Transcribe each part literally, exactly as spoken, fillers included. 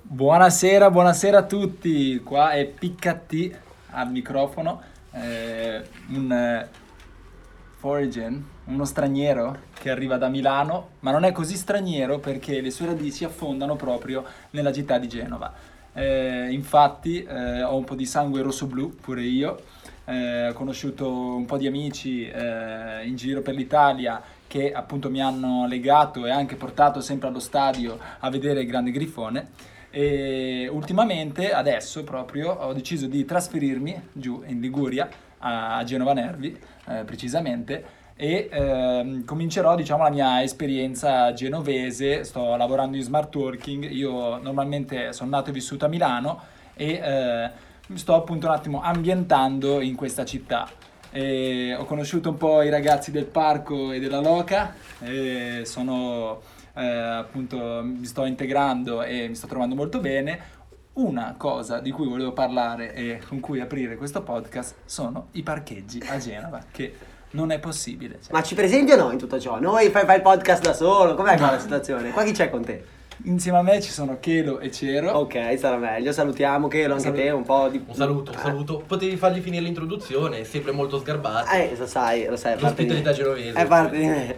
Buonasera, buonasera a tutti, qua è Piccatti al microfono, eh, un eh, foreign, uno straniero che arriva da Milano, ma non è così straniero perché le sue radici affondano proprio nella città di Genova. Eh, infatti eh, ho un po' di sangue rosso-blu, pure io, eh, ho conosciuto un po' di amici eh, in giro per l'Italia che appunto mi hanno legato e anche portato sempre allo stadio a vedere il Grande Grifone. E ultimamente, adesso proprio, ho deciso di trasferirmi giù in Liguria, a Genova Nervi, eh, precisamente, e ehm, comincerò, diciamo, la mia esperienza genovese. Sto lavorando in smart working, io normalmente sono nato e vissuto a Milano e eh, mi sto appunto un attimo ambientando in questa città. E ho conosciuto un po' i ragazzi del parco e della Loca, e sono... Eh, appunto mi sto integrando e mi sto trovando molto bene. Una cosa di cui volevo parlare e con cui aprire questo podcast sono i parcheggi a Genova, che non è possibile. Cioè. Ma ci presenti o no in tutto ciò? Noi fai, fai il podcast da solo, com'è qua la situazione? Qua chi c'è con te? Insieme a me ci sono Chelo e Cero. Ok, sarà meglio, salutiamo Chelo, anche Salut- te, un po' di... Un saluto, un saluto. Potevi fargli finire l'introduzione, è sempre molto sgarbato. Eh, lo sai, lo sai, è parte di me. L'ospitalità genovese. È parte di me.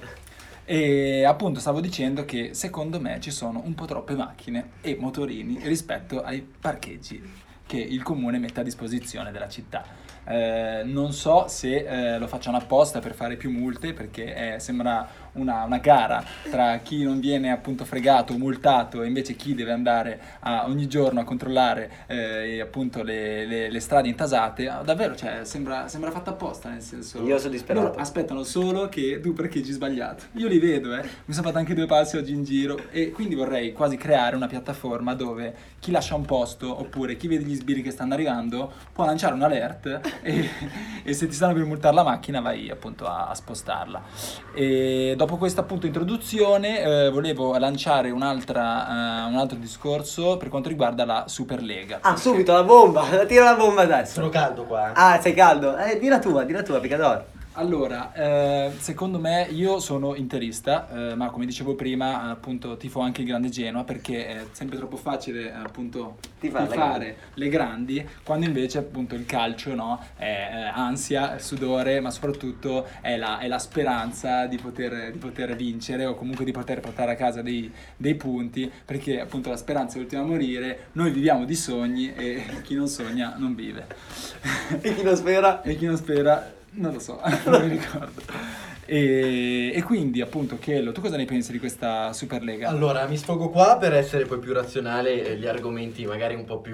E appunto stavo dicendo che secondo me ci sono un po' troppe macchine e motorini rispetto ai parcheggi che il comune mette a disposizione della città. Eh, non so se eh, lo facciano apposta per fare più multe, perché eh, sembra una, una gara tra chi non viene appunto fregato o multato e invece chi deve andare a, ogni giorno a controllare eh, appunto le, le, le strade intasate. Ah, davvero, cioè, sembra, sembra fatta apposta, nel senso... Io sono disperato. Loro aspettano solo che tu parcheggi sbagliato. Io li vedo, eh. Mi sono fatto anche due passi oggi in giro e quindi vorrei quasi creare una piattaforma dove chi lascia un posto oppure chi vede gli sbirri che stanno arrivando può lanciare un alert e, e se ti stanno per multare la macchina vai appunto a, a spostarla. E dopo questa appunto introduzione eh, volevo lanciare un'altra, uh, un altro discorso per quanto riguarda la Superlega. Ah, subito la bomba, tira la bomba adesso. Sono caldo qua. Ah, sei caldo? Eh, di la tua, di la tua, Picador. Allora, eh, secondo me io sono interista, eh, ma come dicevo prima, appunto tifo anche il Grande Genoa perché è sempre troppo facile eh, appunto Tifare le tifare grandi. le grandi, quando invece appunto il calcio no, è eh, ansia, è sudore, ma soprattutto è la, è la speranza di poter, di poter vincere o comunque di poter portare a casa dei, dei punti, perché appunto la speranza è l'ultima a morire, noi viviamo di sogni e chi non sogna non vive. E chi non spera? E chi non spera... Non lo so, non mi ricordo. E, e quindi appunto Chelo, tu cosa ne pensi di questa Superlega? Allora, mi sfogo qua per essere poi più razionale e gli argomenti magari un po' più...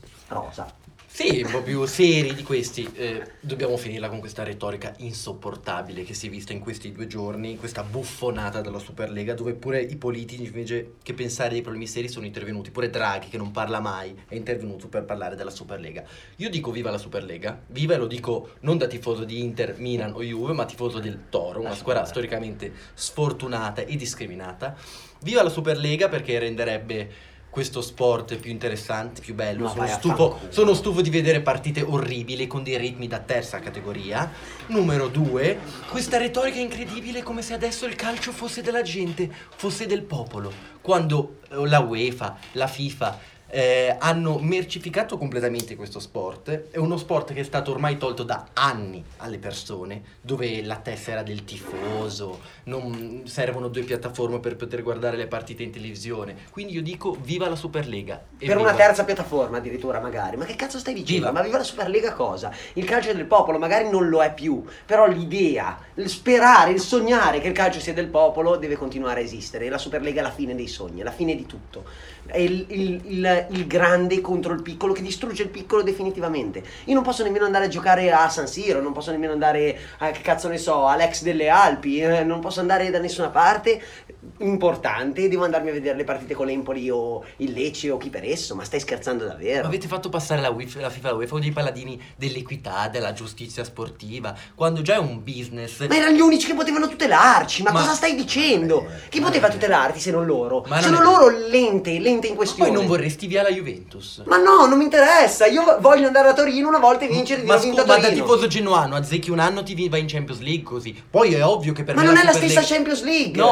Rosa. Sì, un po' più seri di questi. Eh, dobbiamo finirla con questa retorica insopportabile che si è vista in questi due giorni, questa buffonata della Superlega, dove pure i politici invece che pensare ai problemi seri sono intervenuti. Pure Draghi, che non parla mai, è intervenuto per parlare della Superlega. Io dico viva la Superlega, viva, e lo dico non da tifoso di Inter, Milan o Juve, ma tifoso del Toro, una squadra storicamente sfortunata e discriminata. Viva la Superlega perché renderebbe questo sport più interessante, più bello. Ma Sono vai a stufo, fanculo. sono stufo di vedere partite orribili con dei ritmi da terza categoria. Numero due, questa retorica incredibile come se adesso il calcio fosse della gente, fosse del popolo. Quando eh, la UEFA, la FIFA eh, hanno mercificato completamente questo sport. È uno sport che è stato ormai tolto da anni alle persone, dove la tessera del tifoso, non servono due piattaforme per poter guardare le partite in televisione. Quindi io dico viva la Superlega. E Per viva- una terza piattaforma addirittura magari. Ma che cazzo stai dicendo? Viva. Ma viva la Superlega cosa? Il calcio è del popolo, magari non lo è più, però l'idea, il sperare, il sognare che il calcio sia del popolo deve continuare a esistere e la Superlega è la fine dei sogni, è la fine di tutto. È il, il, il, il grande contro il piccolo che distrugge il piccolo definitivamente. Io non posso nemmeno andare a giocare a San Siro, non posso nemmeno andare a, che cazzo ne so, all'Ex delle Alpi, eh, non posso andare da nessuna parte importante, devo andarmi a vedere le partite con l'Empoli o il Lecce o chi per esso. Ma stai scherzando davvero? Ma avete fatto passare la, UEFA, la FIFA e la UEFA dei paladini dell'equità, della giustizia sportiva, quando già è un business. Ma erano gli unici che potevano tutelarci, ma, Ma- cosa stai dicendo? Eh, Chi ma- poteva tutelarti se non loro? Ma non Sono è- loro l'ente, l'ente in Ma questione. poi non vorresti via la Juventus? Ma no, non mi interessa, io voglio andare a Torino una volta e vincere di Ma, nuovo scu- vinto a ma da Torino. tifoso genuano azzecchi un anno ti vi- vai in Champions League così. Poi è ovvio che per Ma me non la è la Superlega- stessa Champions League. No,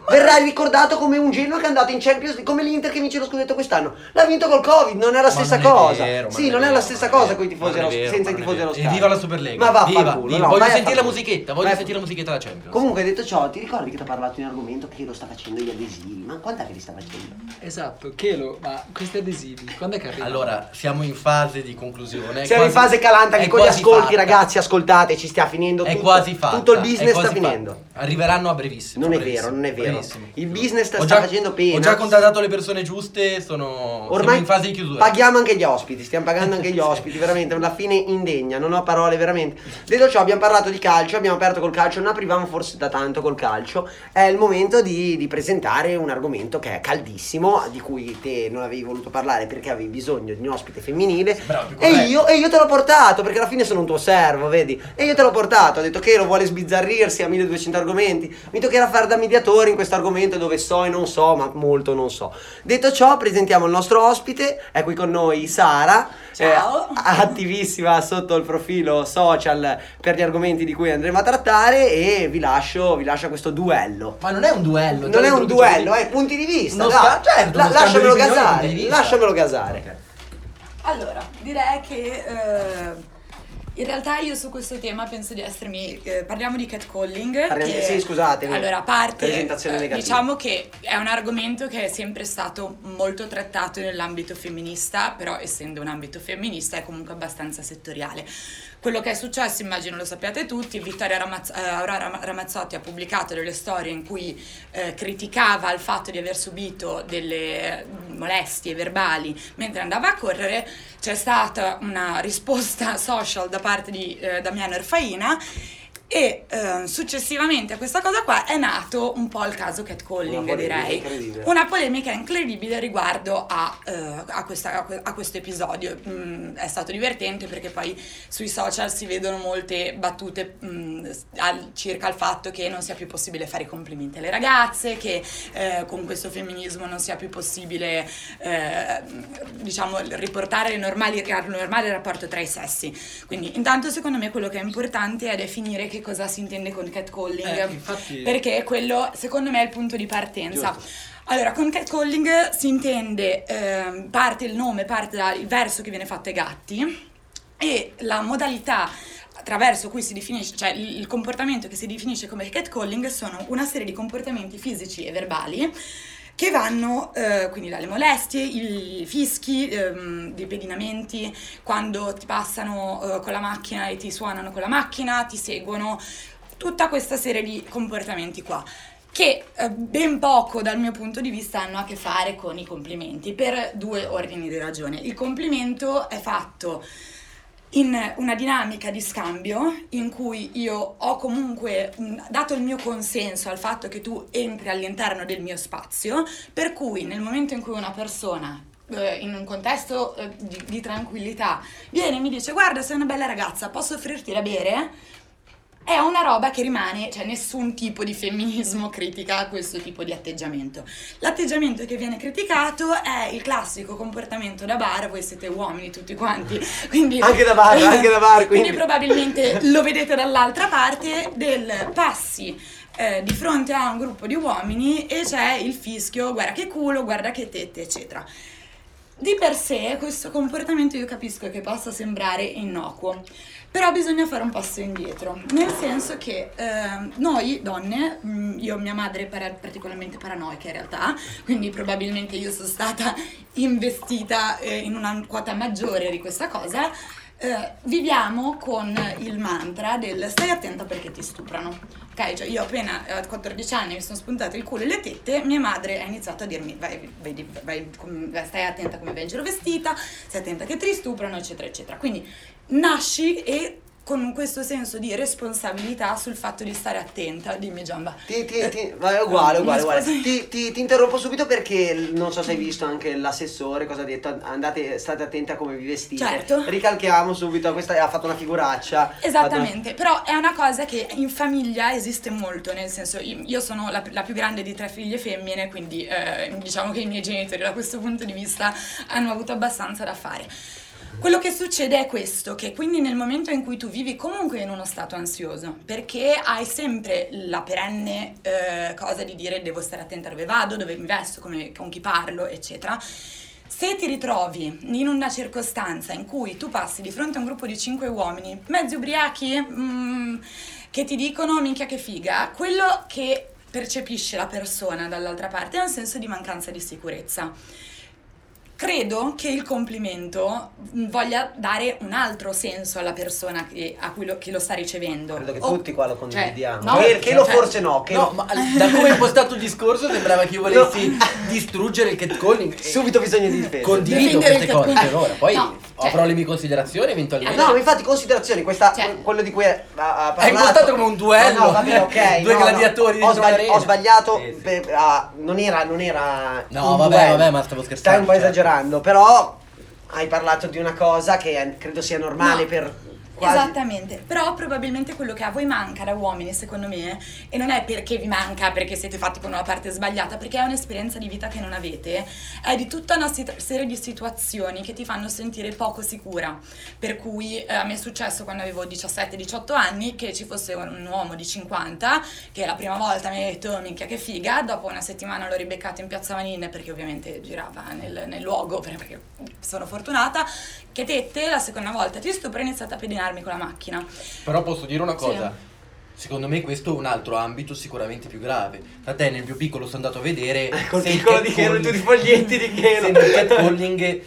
verrai ricordato come un genio che è andato in Champions League, come l'Inter che vince lo scudetto quest'anno. L'ha vinto col Covid, non è la stessa non è cosa. vero, sì, non non è è la vero, stessa non è cosa vero, con i tifosi non è dello- vero, senza i non è tifosi dello vero. Sky. E viva la Superlega. Ma va a Viva, far culo, viva. no, Voglio vai a sentire la far culo. musichetta, voglio Vai a- sentire la musichetta della Champions. Comunque, detto ciò, ti ricordi che ti ho parlato di un argomento che lo sta facendo gli adesivi? Ma quant'è che li sta facendo? Esatto, Chelo, ma questi adesivi, quando è che arrivano? Allora, siamo in fase di conclusione. è Siamo in quasi- fase calante è che con gli quasi ascolti, fatta. ragazzi, ascoltate, ci stia finendo È tutto. quasi fatta. Tutto il è business quasi sta finendo. fatta. Arriveranno a brevissimo. Non è brevissimo, vero, non è vero. brevissimo. Il business Ho sta già- facendo pena. Ho già contattato le persone giuste, sono siamo Ormai in fase di chiusura. paghiamo anche gli ospiti, stiamo pagando anche gli ospiti, veramente, una fine indegna, non ho parole veramente. Detto ciò, abbiamo parlato di calcio, abbiamo aperto col calcio, non aprivamo forse da tanto col calcio. È il momento di, di presentare un argomento che è caldissimo, di cui te non avevi voluto parlare perché avevi bisogno di un ospite femminile. Bravo, più E corretto. io, e io te l'ho portato, perché alla fine sono un tuo servo, vedi? E io te l'ho portato, ho detto che lo vuole sbizzarrirsi a milleduecento argomenti. Mi toccherà fare da mediatore in questo argomento dove so e non so, ma molto non so. Detto ciò, presentiamo il nostro ospite, è qui con noi Sara, Ciao. eh, attivissima sotto il profilo social per gli argomenti di cui andremo a trattare, e vi lascio, vi lascio a questo duello. Ma non è un duello. Non è un duello, è punti di vista. Uno dai. sca- certo, La- uno scambio lasciamelo di opinioni, gasare, punti di vista. lasciamelo gasare. Ok. Allora, direi che eh, in realtà io su questo tema penso di essermi... eh, parliamo di catcalling. Parliamo- che- sì, scusatemi. Allora, a parte... Presentazione eh, negativa. diciamo che è un argomento che è sempre stato molto trattato nell'ambito femminista, però essendo un ambito femminista è comunque abbastanza settoriale. Quello che è successo, immagino lo sappiate tutti, Vittoria Ramazz- eh, Aurora Ramazzotti ha pubblicato delle storie in cui eh, criticava il fatto di aver subito delle molestie verbali mentre andava a correre. C'è stata una risposta social da parte di eh, Damiano Erfaina e eh, successivamente a questa cosa qua è nato un po' il caso catcalling, Una polemica direi. incredibile. Una polemica incredibile riguardo a, eh, a, questa, a que- a questo episodio. Mm, è stato divertente perché poi sui social si vedono molte battute mm, al- circa il fatto che non sia più possibile fare i complimenti alle ragazze, che eh, con questo femminismo non sia più possibile eh, diciamo riportare il normali, il normale rapporto tra i sessi. Quindi intanto secondo me quello che è importante è definire che cosa si intende con catcalling, Eh, infatti- perché quello secondo me è il punto di partenza. Giusto. Allora, con catcalling si intende, ehm, parte il nome, parte dal verso che viene fatto ai gatti, e la modalità attraverso cui si definisce, cioè il, il comportamento che si definisce come catcalling sono una serie di comportamenti fisici e verbali che vanno, eh, quindi dalle molestie, i fischi, ehm, dei pedinamenti, quando ti passano eh, con la macchina e ti suonano con la macchina, ti seguono, tutta questa serie di comportamenti qua, che eh, ben poco dal mio punto di vista hanno a che fare con i complimenti, per due ordini di ragione. Il complimento è fatto in una dinamica di scambio in cui io ho comunque mh, dato il mio consenso al fatto che tu entri all'interno del mio spazio, per cui nel momento in cui una persona eh, in un contesto eh, di, di tranquillità viene e mi dice guarda sei una bella ragazza, posso offrirti da bere? È una roba che rimane, cioè nessun tipo di femminismo critica questo tipo di atteggiamento. L'atteggiamento che viene criticato è il classico comportamento da bar, voi siete uomini tutti quanti, quindi... Anche da bar, anche da bar, quindi quindi- probabilmente lo vedete dall'altra parte, del passi eh, di fronte a un gruppo di uomini e c'è il fischio, guarda che culo, guarda che tette, eccetera. Di per sé questo comportamento io capisco che possa sembrare innocuo, però bisogna fare un passo indietro, nel senso che eh, noi donne, mh, io mia madre è para- particolarmente paranoica in realtà, quindi probabilmente io sono stata investita eh, in una quota maggiore di questa cosa, eh, viviamo con il mantra del stai attenta perché ti stuprano. Ok, cioè io appena a quattordici anni mi sono spuntate il culo e le tette, mia madre ha iniziato a dirmi vai, vai, vai, vai, stai attenta come vai in giro vestita, stai attenta che ti stuprano, eccetera, eccetera. Quindi nasci e con questo senso di responsabilità sul fatto di stare attenta. Dimmi Giamba. Ti, ti, ti, vai, è uguale, uguale, Mi uguale. scusi. Ti, ti, ti interrompo subito perché non so se hai visto anche l'assessore cosa ha detto, andate, state attenti a come vi vestite. Certo. Ricalchiamo subito, questa ha fatto una figuraccia. Esattamente, però è una cosa che in famiglia esiste molto, nel senso io io sono la, la più grande di tre figlie femmine, quindi eh, diciamo che i miei genitori da questo punto di vista hanno avuto abbastanza da fare. Quello che succede è questo, che quindi nel momento in cui tu vivi comunque in uno stato ansioso, perché hai sempre la perenne eh, cosa di dire devo stare attenta dove vado, dove mi vesto, come, con chi parlo, eccetera. Se ti ritrovi in una circostanza in cui tu passi di fronte a un gruppo di cinque uomini, mezzi ubriachi, mm, che ti dicono minchia che figa, quello che percepisce la persona dall'altra parte è un senso di mancanza di sicurezza. Credo che il complimento voglia dare un altro senso alla persona che, a cui lo, che lo sta ricevendo. Credo che O- tutti qua lo condividiamo. Cioè, no, che che lo cioè- forse no, che No, ma da come hai impostato il discorso sembrava che io volessi distruggere il catcalling. subito bisogno di difesa. Condivido Difendere queste il cose catcalling. per ora, poi No, cioè- avrò le mie considerazioni eventualmente. No, ma infatti considerazioni, questa, Cioè- quello di cui ha, ha parlato. Hai impostato come un duello. No, no, vabbè, ok. Due no, gladiatori no. Ho, dentro sbagli- un'arena. ho sbagliato. Sì, sì. per- ah, non era, non era. No, un vabbè, duello. vabbè, ma stavo scherzando, Stai un po' certo. esagerando, però hai parlato di una cosa che è- credo sia normale No. per quasi. Esattamente, però probabilmente quello che a voi manca da uomini, secondo me, e non è perché vi manca perché siete fatti con una parte sbagliata, perché è un'esperienza di vita che non avete, è di tutta una sit- serie di situazioni che ti fanno sentire poco sicura. Per cui eh, a me è successo quando avevo diciassette diciotto anni che ci fosse un, un uomo di cinquanta che la prima volta mi ha detto "Oh, minchia che figa", dopo una settimana l'ho ribeccato in piazza Manin perché ovviamente girava nel, nel luogo, perché sono fortunata, che tette, la seconda volta ti stupro e ho iniziato a pedinarmi con la macchina. Però posso dire una cosa. Sì. Secondo me questo è un altro ambito sicuramente più grave. Da te nel mio piccolo sono andato a vedere Col se il piccolo di Chelo, catcalling- tutti i foglietti di Chelo. se il catcalling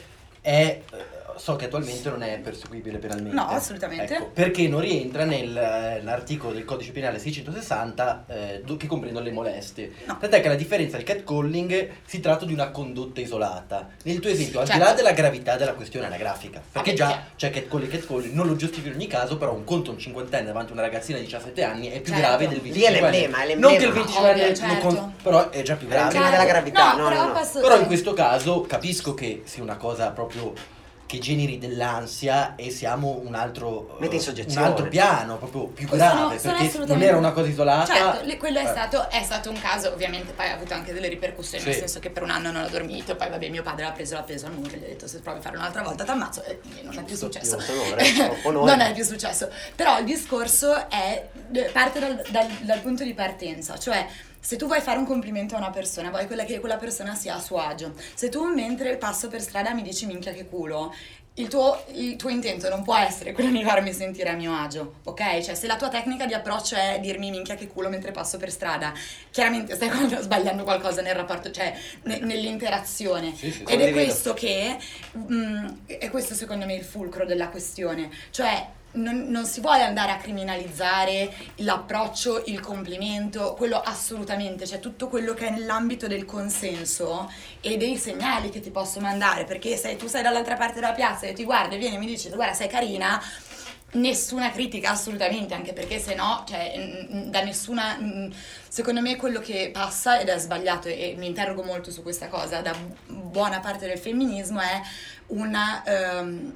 è so che attualmente non è perseguibile penalmente. No, assolutamente. Ecco, perché non rientra nell'articolo del codice penale seicentosessanta eh, do- che comprendono le molestie. No. Tant'è che la differenza del catcalling si tratta di una condotta isolata. Nel tuo esempio, al di Certo. là della gravità della questione anagrafica, perché Ah, già chiaro. c'è catcalling e catcalling, non lo giustifico in ogni caso, però un conto un cinquantenne davanti a una ragazzina di diciassette anni è più Certo. grave del Lì è venticinquenne. l'emblema, è l'emblema. Non che il venticinquenne Ovvio, non certo. con- però è già più grave. L'emblema della gravità, no, però no, no. posso- Però in questo caso capisco che sia una cosa proprio che generi dell'ansia e siamo un altro, Mette in eh, soggezione. un altro piano proprio più Sono- grave, sono perché non assolutamente- era una cosa isolata. Certo, le- quello è, Eh. stato, è stato un caso, ovviamente poi ha avuto anche delle ripercussioni, nel Sì. senso che per un anno non ho dormito, poi vabbè mio padre l'ha preso, l'ha preso al muro e gli ha detto se provi a farlo un'altra volta t'ammazzo e non è più Giusto, successo. giusto, onore, onore. Non è più successo, però il discorso è, parte dal, dal- dal punto di partenza, cioè se tu vuoi fare un complimento a una persona, vuoi quella che quella persona sia a suo agio. Se tu mentre passo per strada mi dici minchia che culo, il tuo, il tuo intento non può essere quello di farmi sentire a mio agio, ok? Cioè se la tua tecnica di approccio è dirmi minchia che culo mentre passo per strada, chiaramente stai sbagliando qualcosa nel rapporto, cioè ne- nell'interazione. Sì, sì, Ed è condivido. questo che, mm, è questo secondo me il fulcro della questione, cioè non, non si vuole andare a criminalizzare l'approccio, il complimento, quello assolutamente, cioè tutto quello che è nell'ambito del consenso e dei segnali che ti posso mandare, perché se tu sei dall'altra parte della piazza e ti guardi e vieni e mi dici guarda sei carina, nessuna critica assolutamente, anche perché se no, cioè, mm, da nessuna, mm, secondo me quello che passa ed è sbagliato e mi interrogo molto su questa cosa da buona parte del femminismo è una ehm,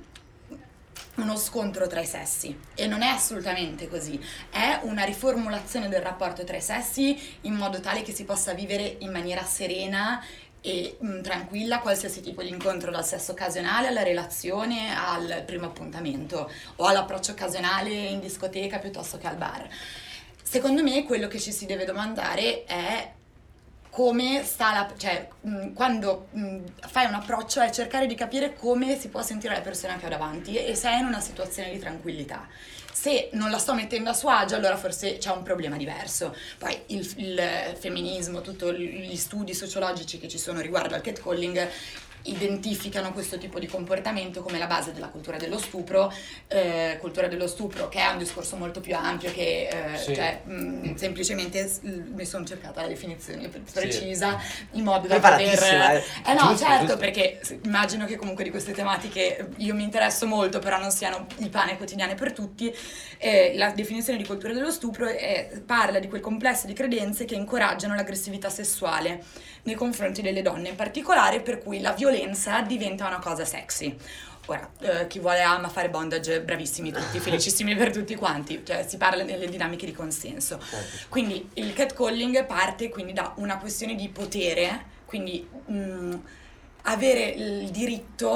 uno scontro tra i sessi e non è assolutamente così, è una riformulazione del rapporto tra i sessi in modo tale che si possa vivere in maniera serena e mh, tranquilla qualsiasi tipo di incontro, dal sesso occasionale alla relazione al primo appuntamento o all'approccio occasionale in discoteca piuttosto che al bar. Secondo me quello che ci si deve domandare è come sta la, cioè mh, quando mh, fai un approccio è cercare di capire come si può sentire la persona che ho davanti e se è in una situazione di tranquillità. Se non la sto mettendo a suo agio, allora forse c'è un problema diverso. Poi il, il femminismo, tutti gli studi sociologici che ci sono riguardo al catcalling identificano questo tipo di comportamento come la base della cultura dello stupro, eh, cultura dello stupro che è un discorso molto più ampio che eh, Sì. cioè, mh, semplicemente s- mi sono cercata la definizione pre- precisa in modo da Preparatissima, poter eh. eh no Giusto, certo giusto. perché s- immagino che comunque di queste tematiche io mi interesso molto però non siano il pane quotidiano per tutti. Eh, la definizione di cultura dello stupro è- parla di quel complesso di credenze che incoraggiano l'aggressività sessuale nei confronti delle donne, in particolare per cui la violenza diventa una cosa sexy. Ora, eh, chi vuole ama fare bondage, bravissimi tutti, felicissimi per tutti quanti, cioè si parla delle dinamiche di consenso. Quindi il catcalling parte quindi da una questione di potere, quindi mh, avere il diritto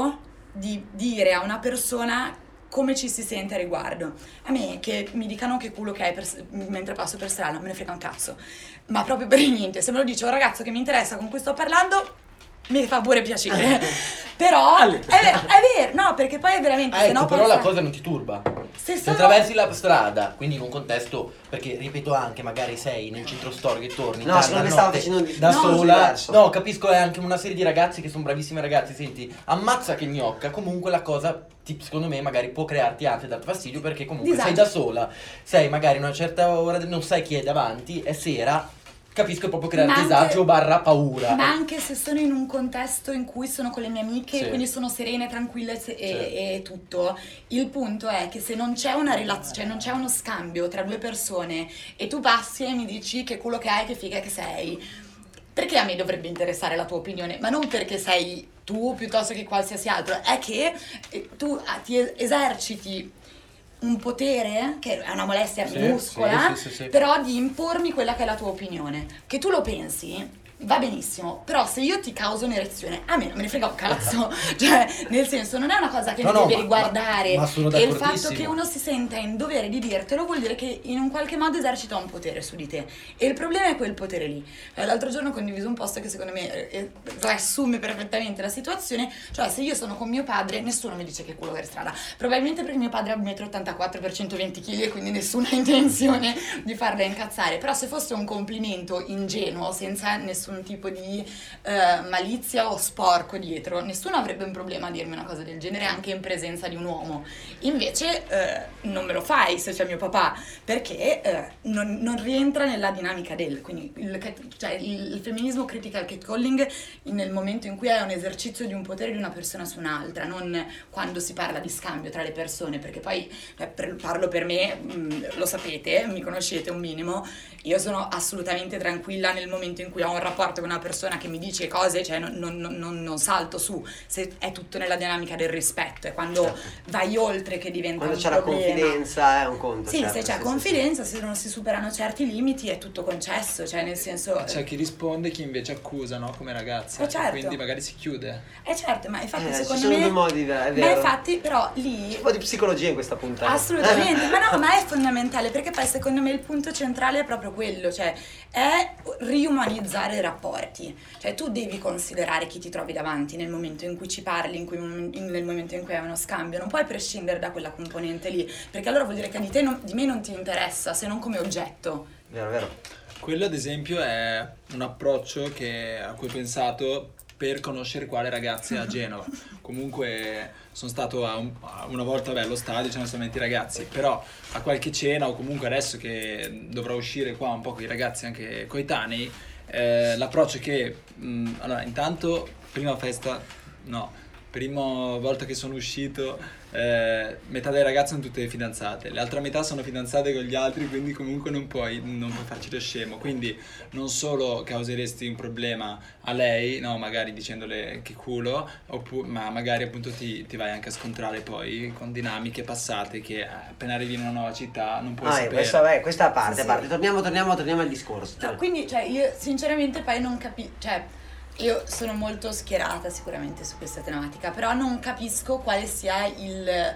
di dire a una persona come ci si sente a riguardo. A me che mi dicano che culo che hai per, mentre passo per strada, non me ne frega un cazzo, ma proprio per niente. Se me lo dice un ragazzo che mi interessa, con cui sto parlando, mi fa pure piacere. Però è, ver- è vero, no, perché poi è veramente Ah, se ecco, no però pensa- la cosa non ti turba. Se Se sono- attraversi la strada, quindi in un contesto, perché ripeto anche, magari sei nel centro storico e torni No, tarda secondo me notte, stava facendo un- da no, sola. diverso. No, capisco, è anche una serie di ragazzi che sono bravissimi ragazzi, senti, ammazza che gnocca, comunque la cosa ti, secondo me magari può crearti anche dar fastidio, perché comunque Disagio. sei da sola, sei magari una certa ora, non sai chi è davanti, è sera. Capisco, è proprio creare Ma anche- disagio barra paura. Ma anche se sono in un contesto in cui sono con le mie amiche, Sì. quindi sono serene, tranquille se- e, Certo. e tutto, il punto è che se non c'è una relazione, cioè non c'è uno scambio tra due persone e tu passi e mi dici che culo che hai, che figa che sei, perché a me dovrebbe interessare la tua opinione? Ma non perché sei tu piuttosto che qualsiasi altro, è che eh, tu ah, ti es- eserciti un potere, che è una molestia Sì, minuscola, sì, sì, sì, sì. però di impormi quella che è la tua opinione. Che tu lo pensi, va benissimo, però se io ti causo un'erezione, a me non me ne frega un cazzo. Cioè, nel senso, non è una cosa che No, mi no, deve ma- riguardare. ma- ma sono e il fatto d'accordissimo. che uno si senta in dovere di dirtelo vuol dire che in un qualche modo esercita un potere su di te. E il problema è quel potere lì. Eh, L'altro giorno ho condiviso un post che secondo me eh, riassume perfettamente la situazione. Cioè, se io sono con mio padre, nessuno mi dice che culo per strada. Probabilmente perché mio padre ha un metro e ottantaquattro per centoventi chili e quindi nessuna intenzione di farla incazzare. Però se fosse un complimento ingenuo, senza nessun tipo di eh, malizia o sporco dietro, nessuno avrebbe un problema a dirmi una cosa del genere anche in presenza di un uomo. Invece eh, non me lo fai se c'è mio papà, perché eh, non, non rientra nella dinamica del, quindi il, cat- cioè il, il femminismo critica il catcalling nel momento in cui è un esercizio di un potere di una persona su un'altra, non quando si parla di scambio tra le persone, perché poi eh, per- parlo per me, mh, lo sapete, mi conoscete un minimo, io sono assolutamente tranquilla nel momento in cui ho un rapporto con una persona che mi dice cose, cioè non, non- non- non salto su, se è tutto nella dinamica del rispetto, è quando vai oltre che diventa Quando un c'è la problema. confidenza è un conto. Sì, certo, se c'è sì, sì, confidenza, se non si superano certi limiti è tutto concesso, cioè nel senso... C'è chi risponde e chi invece accusa, no? Come ragazza. Eh, certo. Quindi magari si chiude. Eh certo, ma infatti Eh, ci secondo sono me... due modi, è vero. Ma infatti però lì... C'è un po' di psicologia in questa puntata. Assolutamente, ma no, ma è fondamentale perché poi secondo me il punto centrale è proprio quello, cioè è riumanizzare i rapporti, cioè tu devi considerare chi ti trovi davanti nel momento in cui ci parli, in cui, in- nel momento in cui hai uno scambio, non puoi prescindere da quella componente lì, perché allora vuol dire che di te non- di me non ti interessa se non come oggetto. Vero, vero. Quello ad esempio è un approccio che, a cui ho pensato per conoscere quale ragazze a Genova. Comunque sono stato a un- a una volta beh, allo stadio, c'erano solamente i ragazzi, però a qualche cena o comunque adesso che dovrò uscire qua un po' con i ragazzi anche coetanei, eh, l'approccio è che, mh, allora intanto prima festa, no, prima volta che sono uscito, eh, metà delle ragazze sono tutte fidanzate, l'altra metà sono fidanzate con gli altri, quindi comunque non puoi, non puoi farci lo scemo, quindi non solo causeresti un problema a lei, no, magari dicendole che culo, oppu- ma magari appunto ti, ti vai anche a scontrare poi con dinamiche passate che eh, appena arrivi in una nuova città non puoi Ah, sapere. questa, beh, questa è a parte, Sì, a sì. parte. Torniamo, torniamo, torniamo al discorso. No, quindi cioè io sinceramente poi non capisco, cioè io sono molto schierata sicuramente su questa tematica, però non capisco quale sia il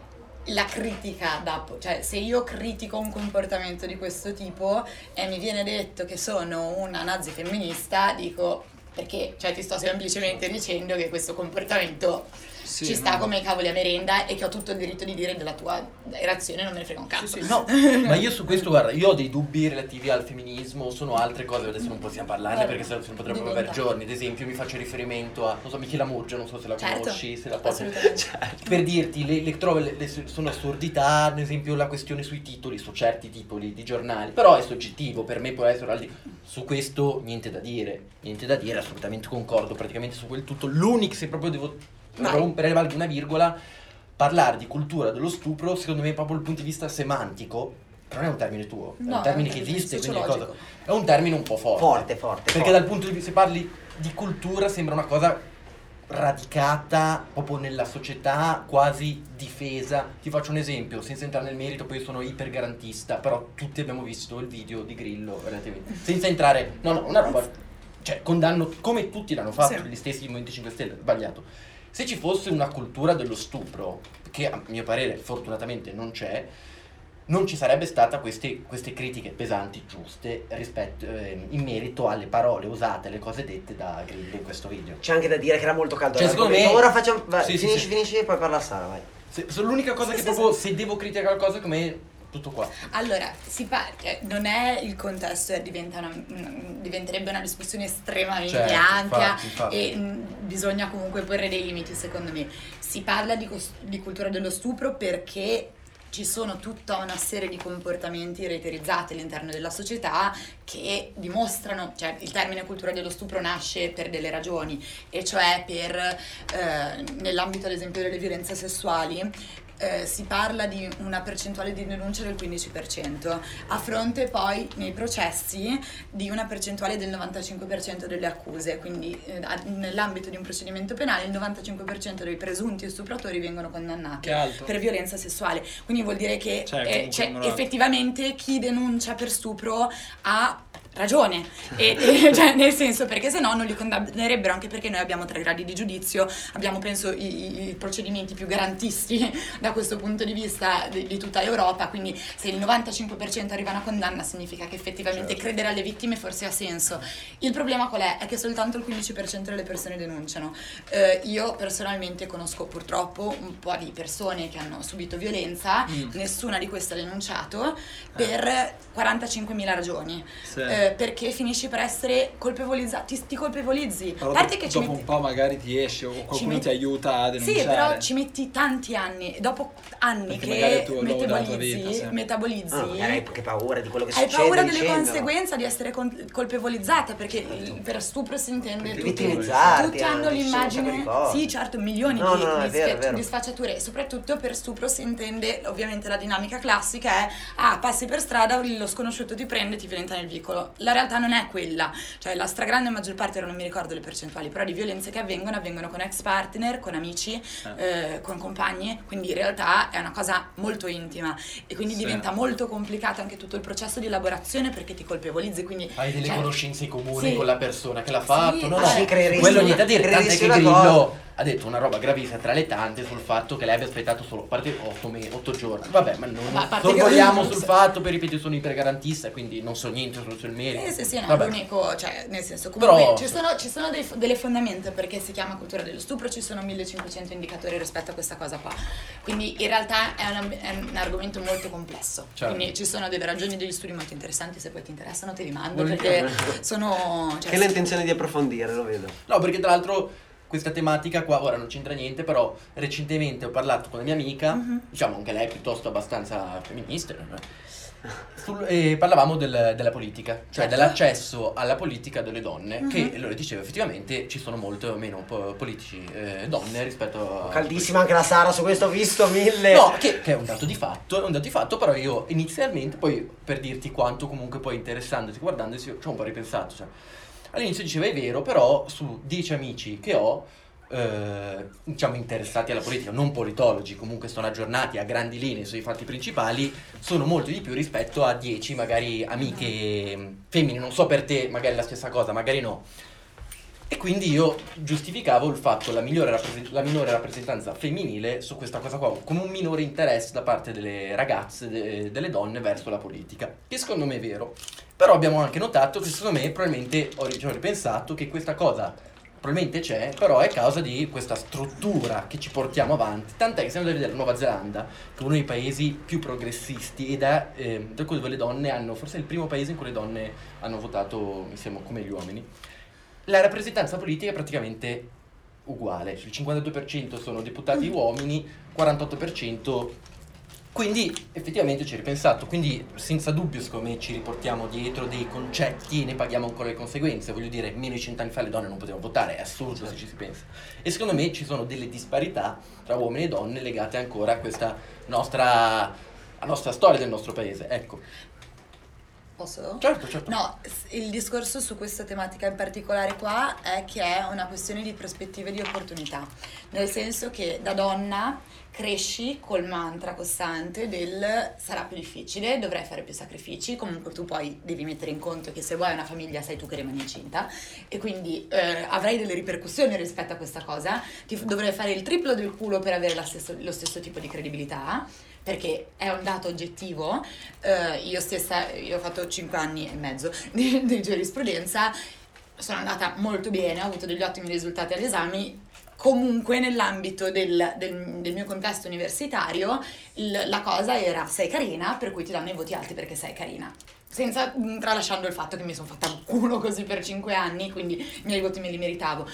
la critica da, cioè se io critico un comportamento di questo tipo e mi viene detto che sono una nazi femminista, dico perché, cioè ti sto semplicemente dicendo che questo comportamento Sì, ci sta no. come cavoli a merenda e che ho tutto il diritto di dire della tua reazione non me ne frega un cazzo. No, ma io su questo, guarda, io ho dei dubbi relativi al femminismo, sono altre cose, adesso non possiamo parlarne Vabbè, perché se se ne potrebbero diventa. aver giorni. Ad esempio, mi faccio riferimento a, non so, Michela Murgia, non so se la Certo, conosci, se la posso... assolutamente. Per dirti, le, le trovo, le, le sono assurdità, ad esempio la questione sui titoli, su certi titoli di giornali, però è soggettivo, per me può essere al di- su questo niente da dire, niente da dire, assolutamente concordo praticamente su quel tutto. L'unico, se proprio devo Vai. rompere una virgola, parlare di cultura dello stupro, secondo me è proprio il punto di vista semantico, però non è un termine tuo, è No, un termine è un che termine esiste, quindi è, cosa, sociologico. è un termine un po' forte. Forte, forte. Perché forte. dal punto di vista, se parli di cultura, sembra una cosa radicata proprio nella società, quasi difesa. Ti faccio un esempio, senza entrare nel merito, poi io sono ipergarantista, però tutti abbiamo visto il video di Grillo, relativamente. Senza entrare, no, no, una roba, cioè condanno, come tutti l'hanno fatto, Sì. gli stessi Movimento cinque Stelle, sbagliato. Se ci fosse una cultura dello stupro, che a mio parere fortunatamente non c'è, non ci sarebbe stata queste, queste critiche pesanti, giuste, rispetto, eh, in merito alle parole usate, alle cose dette da Grillo in questo video. C'è anche da dire che era molto caldo Cioè, secondo me- ora facciamo vai, Sì, sì, finisci sì. finisci e poi parla Sara, vai. Se, se l'unica cosa Sì, che sì, proprio, se devo criticare qualcosa, come tutto qua. Allora, si parte, non è il contesto, eh, diventa una, un- diventerebbe una discussione estremamente Certo, ampia infatti, infatti. e mh, bisogna comunque porre dei limiti, secondo me. Si parla di, cos- di cultura dello stupro perché ci sono tutta una serie di comportamenti reiterizzati all'interno della società che dimostrano, cioè il termine cultura dello stupro nasce per delle ragioni, e cioè per, eh, nell'ambito ad esempio delle violenze sessuali, eh, si parla di una percentuale di denuncia del quindici per cento, a fronte poi nei processi di una percentuale del novantacinque per cento delle accuse, quindi eh, a- nell'ambito di un procedimento penale il novantacinque per cento dei presunti stupratori vengono condannati Che alto. per violenza sessuale, quindi vuol dire che Cioè, eh, comunque c'è un numero alto. effettivamente chi denuncia per stupro ha ragione, e, e- cioè nel senso, perché se no non li condannerebbero, anche perché noi abbiamo tre gradi di giudizio, abbiamo penso i, i- i procedimenti più garantisti da questo punto di vista di, di tutta Europa, quindi se il novantacinque per cento arriva a una condanna significa che effettivamente Certo. credere alle vittime forse ha senso. Il problema qual è? È che soltanto il quindici per cento delle persone denunciano. Eh, io personalmente conosco purtroppo un po' di persone che hanno subito violenza, Mm. nessuna di queste ha denunciato per quarantacinquemila ragioni. Sì. Eh, perché finisci per essere colpevolizzato, ti, ti colpevolizzi. A Però parte che ci dopo metti, un po' magari ti esce o qualcuno metti- ti aiuta a denunciare. sì, però ci metti tanti anni, dopo anni Perché magari che tu lo della tua metabolizzi, vita, sì. metabolizzi Ah, magari hai che paura di quello che hai succede paura delle dicendolo. conseguenze di essere con- colpevolizzata, perché il- per stupro si intende Perché tutti, vittimizzarti, tutti hanno anche, ci sono un sacco l'immagine, di cose. sì certo, milioni No, di, no, no, di è vero, è schiacci- vero. di sfacciature, soprattutto per stupro si intende ovviamente la dinamica classica è ah passi per strada, lo sconosciuto ti prende e ti violenta nel vicolo. La realtà non è quella, cioè la stragrande maggior parte, ora non mi ricordo le percentuali, però di violenze che avvengono avvengono con ex partner, con amici, eh, con compagni, quindi in realtà è una cosa molto intima e quindi Sì. diventa molto complicato anche tutto il processo di elaborazione perché ti colpevolizzi, quindi Hai delle cioè, conoscenze comuni sì. con la persona che l'ha fatto. Sì, no, ma no, sì, crederesti quello una- niente da dire. Tant'è crederesti che una Grillo cosa. ha detto una roba gravissima tra le tante sul fatto che lei abbia aspettato solo, a parte otto giorni. Vabbè, ma non, Ma a parte non che- vogliamo non sul so. fatto, per ripetere, sono ipergarantista, quindi non so niente sul sul merito. Eh, sì, sì, no, Vabbè. l'unico, cioè, nel senso, comunque Però- ci sono, ci sono dei- delle fondamenta perché si chiama cultura dello stupro, ci sono millecinquecento indicatori rispetto a questa cosa qua. Quindi in realtà è un, è un argomento molto complesso. Certo. Quindi ci sono delle ragioni, degli studi molto interessanti, se poi ti interessano te li mando, Volentieri. perché sono... Cioè, Che l'ho intenzione di approfondire, lo vedo. No, perché tra l'altro questa tematica qua, ora non c'entra niente, però recentemente ho parlato con la mia amica, Mhm. diciamo anche lei è piuttosto abbastanza femminista, sul- e parlavamo del- della politica, cioè Certo. dell'accesso alla politica delle donne, Mhm. che loro diceva effettivamente ci sono molto meno po- politici eh, donne rispetto a... Caldissima anche la Sara su questo, ho visto mille. No, che, che è un dato di fatto, è un dato di fatto, però io inizialmente, poi per dirti quanto comunque poi interessandoti, guardandosi, ci ho un po' ripensato, cioè, all'inizio diceva è vero, però su dieci amici che ho, eh, diciamo interessati alla politica, non politologi, comunque sono aggiornati a grandi linee sui fatti principali, sono molto di più rispetto a dieci magari amiche mh, femmine, non so per te magari la stessa cosa, magari no. E quindi io giustificavo il fatto, la, migliore rappresen- la minore rappresentanza femminile su questa cosa qua, come un minore interesse da parte delle ragazze, de- delle donne verso la politica, che secondo me è vero. Però abbiamo anche notato che secondo me probabilmente ho, ri- ci ho ripensato che questa cosa probabilmente c'è, però è causa di questa struttura che ci portiamo avanti. Tant'è che se andiamo a vedere la Nuova Zelanda, che è uno dei paesi più progressisti ed è eh, da cui dove le donne hanno, forse è il primo paese in cui le donne hanno votato insieme come gli uomini, la rappresentanza politica è praticamente uguale, il cinquantadue per cento sono deputati uomini, quarantotto per cento, quindi effettivamente ci ho ripensato, quindi senza dubbio secondo me ci riportiamo dietro dei concetti e ne paghiamo ancora le conseguenze, voglio dire, meno di cent'anni fa le donne non potevano votare, è assurdo se ci si pensa, e secondo me ci sono delle disparità tra uomini e donne legate ancora a questa nostra, a nostra storia del nostro paese, ecco. Posso? Certo, certo. No, s- il discorso su questa tematica in particolare qua è che è una questione di prospettive di opportunità, nel senso che da donna cresci col mantra costante del sarà più difficile, dovrai fare più sacrifici, comunque tu poi devi mettere in conto che se vuoi una famiglia sei tu che rimani incinta e quindi eh, avrai delle ripercussioni rispetto a questa cosa, ti dovrai fare il triplo del culo per avere la stesso, lo stesso tipo di credibilità, perché è un dato oggettivo. Eh, io stessa, io ho fatto cinque anni e mezzo di, di giurisprudenza, sono andata molto bene, ho avuto degli ottimi risultati agli esami. Comunque nell'ambito del, del, del mio contesto universitario il, la cosa era sei carina, per cui ti danno i voti alti perché sei carina, senza tralasciando il fatto che mi sono fatta un culo così per cinque anni, quindi i miei voti me li meritavo.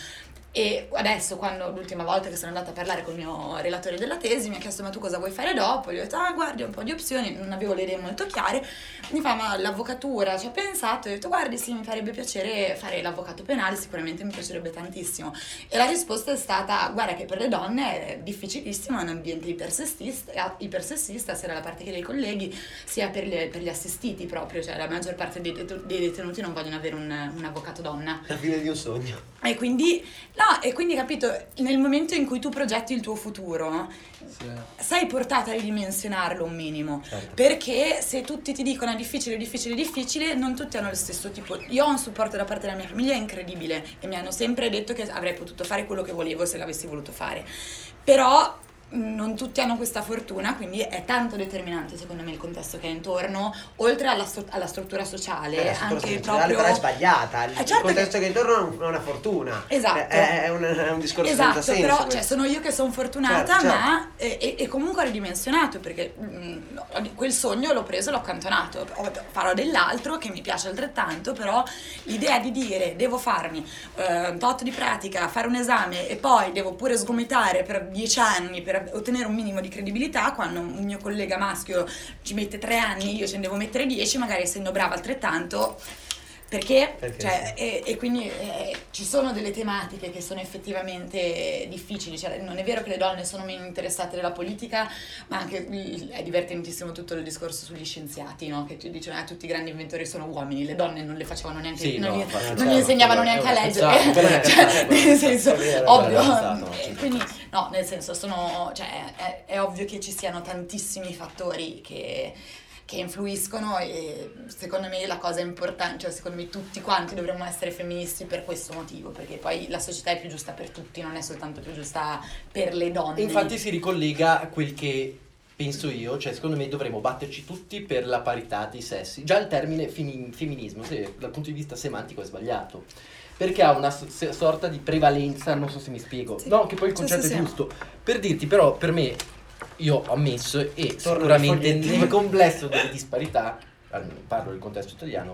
E adesso, quando l'ultima volta che sono andata a parlare con il mio relatore della tesi, mi ha chiesto ma tu cosa vuoi fare dopo? Gli ho detto ah guardi, ho un po' di opzioni, non avevo le idee molto chiare. Mi fa ma l'avvocatura, ci ho pensato, e ho detto guardi sì, mi farebbe piacere fare l'avvocato penale, sicuramente mi piacerebbe tantissimo. E la risposta è stata guarda che per le donne è difficilissimo, è un ambiente ipersessista, ipersessista sia dalla parte che dei colleghi sia per, le, per gli assistiti proprio, cioè la maggior parte dei, dei detenuti non vogliono avere un, un avvocato donna. La fine di un sogno. E quindi no, e quindi capito, nel momento in cui tu progetti il tuo futuro, sì, sei portata a ridimensionarlo un minimo, certo. Perché se tutti ti dicono è difficile, difficile, difficile, non tutti hanno lo stesso tipo. Io ho un supporto da parte della mia famiglia incredibile e mi hanno sempre detto che avrei potuto fare quello che volevo se l'avessi voluto fare, però non tutti hanno questa fortuna, quindi è tanto determinante secondo me il contesto che è intorno, oltre alla, stru- alla struttura sociale, eh, la struttura anche sociale proprio però è sbagliata, il, eh, certo il contesto che... che è intorno è una fortuna, esatto, è, è, un, è un discorso esatto, senza senso, però questo. cioè, sono io che sono fortunata, certo, certo. ma e, e comunque ho ridimensionato perché mh, quel sogno l'ho preso e l'ho accantonato, farò dell'altro che mi piace altrettanto, però l'idea di dire devo farmi eh, un tot di pratica, fare un esame e poi devo pure sgomitare per dieci anni per ottenere un minimo di credibilità, quando un mio collega maschio ci mette tre anni, io ce ne devo mettere dieci, magari essendo brava altrettanto, perché, perché cioè, sì. e, e quindi eh, ci sono delle tematiche che sono effettivamente difficili, cioè, non è vero che le donne sono meno interessate della politica, ma anche è divertentissimo tutto il discorso sugli scienziati, no? Che ti dicono eh, tutti i grandi inventori sono uomini, le donne non le facevano neanche, sì, non, no, gli, infatti, non certo, gli insegnavano quello, neanche a quello, leggere, esatto, cioè, nel senso, ovvio, esatto, e quindi no, nel senso sono, cioè, è, è ovvio che ci siano tantissimi fattori che che influiscono e secondo me la cosa importante, cioè secondo me tutti quanti dovremmo essere femministi per questo motivo, perché poi la società è più giusta per tutti, non è soltanto più giusta per le donne. Infatti si ricollega a quel che penso io, cioè secondo me dovremmo batterci tutti per la parità dei sessi. Già il termine fini- femminismo, se, dal punto di vista semantico è sbagliato, perché ha una so- sorta di prevalenza, non so se mi spiego, sì. no, che poi il concetto sì, sì, è giusto. Per dirti però, per me, io ho ammesso e Torno sicuramente ai foglietti. nel complesso delle disparità, parlo del contesto italiano,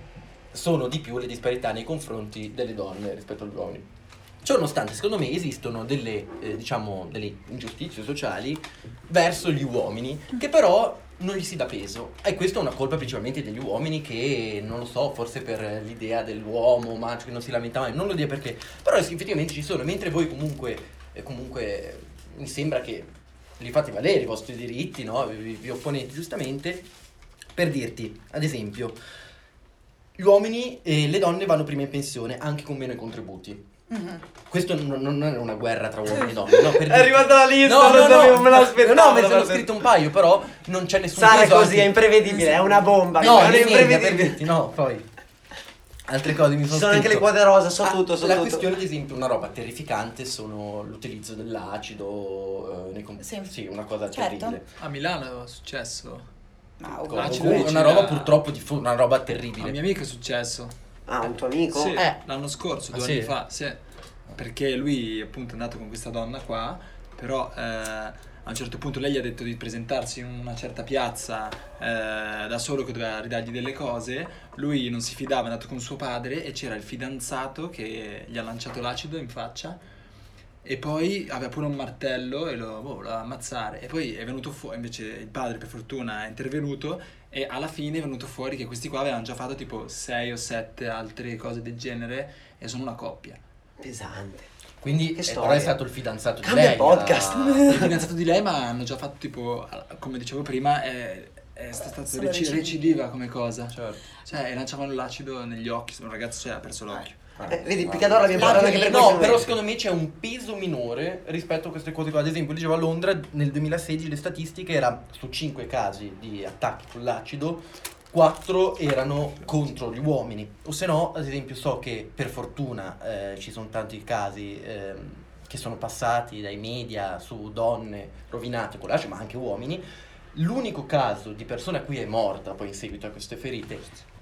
sono di più le disparità nei confronti delle donne rispetto agli uomini. Ciononostante, secondo me esistono delle, eh, diciamo, delle ingiustizie sociali verso gli uomini che però non gli si dà peso, e questa è una colpa principalmente degli uomini che, non lo so, forse per l'idea dell'uomo macho che non si lamenta mai, non lo dia perché, però effettivamente ci sono, mentre voi comunque, eh, comunque mi sembra che li fate valere i vostri diritti, no? Vi, vi opponete giustamente. Per dirti, ad esempio, gli uomini e le donne vanno prima in pensione anche con meno i contributi. Mm-hmm. Questo non, non è una guerra tra uomini e donne, no? Per è arrivata la lista, no, non no, sapevo, no, me l'aspettavo. No, me ne sono scritto un paio, però non c'è nessun Sara peso così, anche... è imprevedibile, è una bomba. No, è è imprevedibile. per dirti, no, poi... Altre cose mi sono Ci sono anche le scritto. quote rosa, so Ah, tutto, so la tutto. questione, ad esempio, una roba terrificante sono l'utilizzo dell'acido, eh, nei com- Sì. sì, una cosa Certo. terribile. A Milano è successo. Ma Ecco, L'acido comunque ricida- una roba purtroppo diffusa, una roba A un terribile. mio amico è successo. Ah, un tuo amico? Sì, Eh. l'anno scorso, due Ah, anni sì? fa, sì. Perché lui appunto è andato con questa donna qua, però eh, a un certo punto lei gli ha detto di presentarsi in una certa piazza eh, da solo, che doveva ridargli delle cose. Lui non si fidava, è andato con suo padre e c'era il fidanzato che gli ha lanciato l'acido in faccia e poi aveva pure un martello e lo boh, voleva ammazzare, e poi è venuto fuori, invece il padre per fortuna è intervenuto e alla fine è venuto fuori che questi qua avevano già fatto tipo sei o sette altre cose del genere e sono una coppia. Pesante. Quindi Che eh, storia. però è stato il fidanzato di Cambia lei. podcast. a- Il fidanzato di lei, ma hanno già fatto tipo, come dicevo prima, è, è stata Sono reci- recidivi. recidiva come cosa. Certo. Cioè, e lanciavano l'acido negli occhi, un ragazzo cioè, ha perso l'occhio. Eh, vedi, Picador l'abbiamo parlato anche per No, questo però momento. secondo me c'è un peso minore rispetto a queste cose qua. Ad esempio, dicevo a Londra nel duemilasedici le statistiche era su cinque casi di attacchi con l'acido, quattro erano contro gli uomini. O se no, ad esempio, so che per fortuna eh, ci sono tanti casi ehm, che sono passati dai media su donne rovinate con l'acido, ma anche uomini. L'unico caso di persona a cui è morta poi in seguito a queste ferite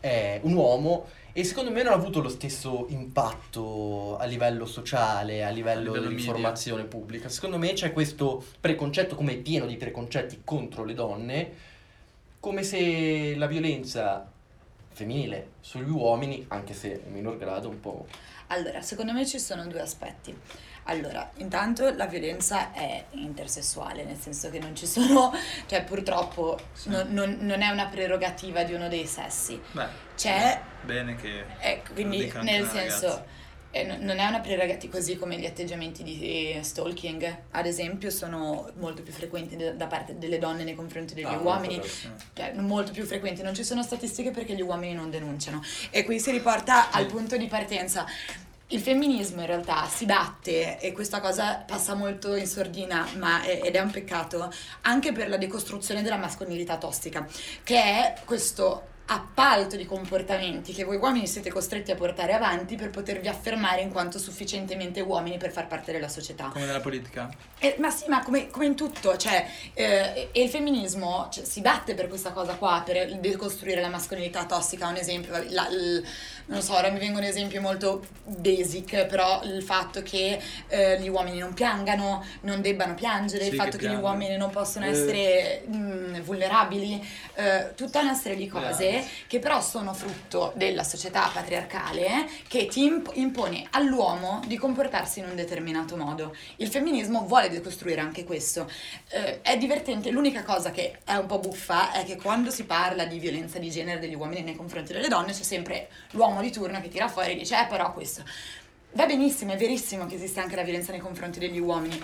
è un uomo, e secondo me non ha avuto lo stesso impatto a livello sociale, a livello, A livello di media. informazione pubblica. Secondo me c'è questo preconcetto, come è pieno di preconcetti contro le donne, come se la violenza femminile sugli uomini, anche se in minor grado, un po'... Allora, secondo me ci sono due aspetti. Allora, intanto la violenza è intersessuale, nel senso che non ci sono, cioè purtroppo non, non- non è una prerogativa di uno dei sessi. Beh, C'è, bene che ecco, lo quindi dica anche nel una senso, ragazza. eh, n- non è una prerogativa, così come gli atteggiamenti di eh, stalking, ad esempio, sono molto più frequenti de- da parte delle donne nei confronti degli Ah, uomini. molto Cioè, molto più frequenti, non ci sono statistiche perché gli uomini non denunciano. E qui si riporta al punto di partenza. Il femminismo in realtà si batte, e questa cosa passa molto in sordina, ma è- ed è un peccato, anche per la decostruzione della mascolinità tossica, che è questo appalto di comportamenti che voi uomini siete costretti a portare avanti per potervi affermare in quanto sufficientemente uomini per far parte della società. Come nella politica. Eh, ma sì, ma come, come in tutto, cioè, eh, e il femminismo, cioè, si batte per questa cosa qua, per decostruire la mascolinità tossica. Un esempio, la- il- non so, ora mi vengono esempi molto basic, però il fatto che eh, gli uomini non piangano, non debbano piangere, Sì, il fatto che che, gli piangono. uomini non possono Eh. essere mh, vulnerabili, eh, tutta una serie di cose che però sono frutto della società patriarcale che ti imp- impone all'uomo di comportarsi in un determinato modo. Il femminismo vuole decostruire anche questo. Eh, è divertente, l'unica cosa che è un po' buffa è che quando si parla di violenza di genere degli uomini nei confronti delle donne c'è sempre l'uomo di turno che tira fuori e dice eh però questo va benissimo, è verissimo che esiste anche la violenza nei confronti degli uomini.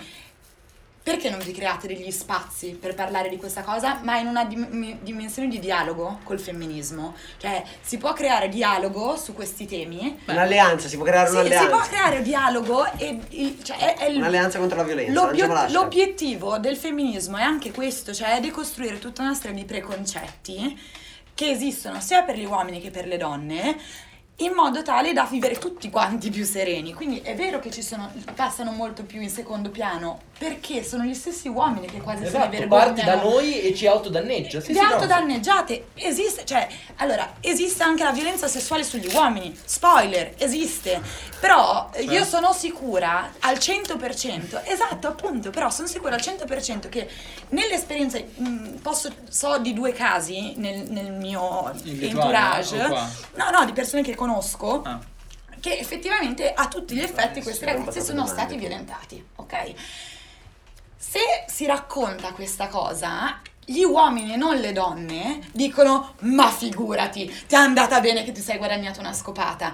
Perché non vi create degli spazi per parlare di questa cosa, ma in una dim- dimensione di dialogo col femminismo? Cioè, si può creare dialogo su questi temi. Un'alleanza, si può creare Sì, un'alleanza. si può creare dialogo e il- cioè, è, è il- Un'alleanza contro la violenza, l'obiet- lanciamola lascia. l'obiettivo del femminismo è anche questo, cioè è decostruire tutta una serie di preconcetti che esistono sia per gli uomini che per le donne, in modo tale da vivere tutti quanti più sereni. Quindi è vero che ci sono, passano molto più in secondo piano, perché sono gli stessi uomini che quasi se ne Esatto, vergognano. parti da noi e ci autodanneggia. Sì, Vi sì, no, autodanneggiate. Esiste, cioè, allora, esiste anche la violenza sessuale sugli uomini. Spoiler, esiste. Però eh, io sono sicura al cento per cento, esatto, appunto, però sono sicura al cento per cento che nelle esperienze, mh, posso, so di due casi nel, nel mio In Lituania entourage, o qua? no, no, di persone che conosco, Ah. che effettivamente a tutti gli effetti questi sono ragazzi passate sono domande. stati violentati, ok? Se si racconta questa cosa, gli uomini e non le donne dicono ma figurati, ti è andata bene che ti sei guadagnato una scopata.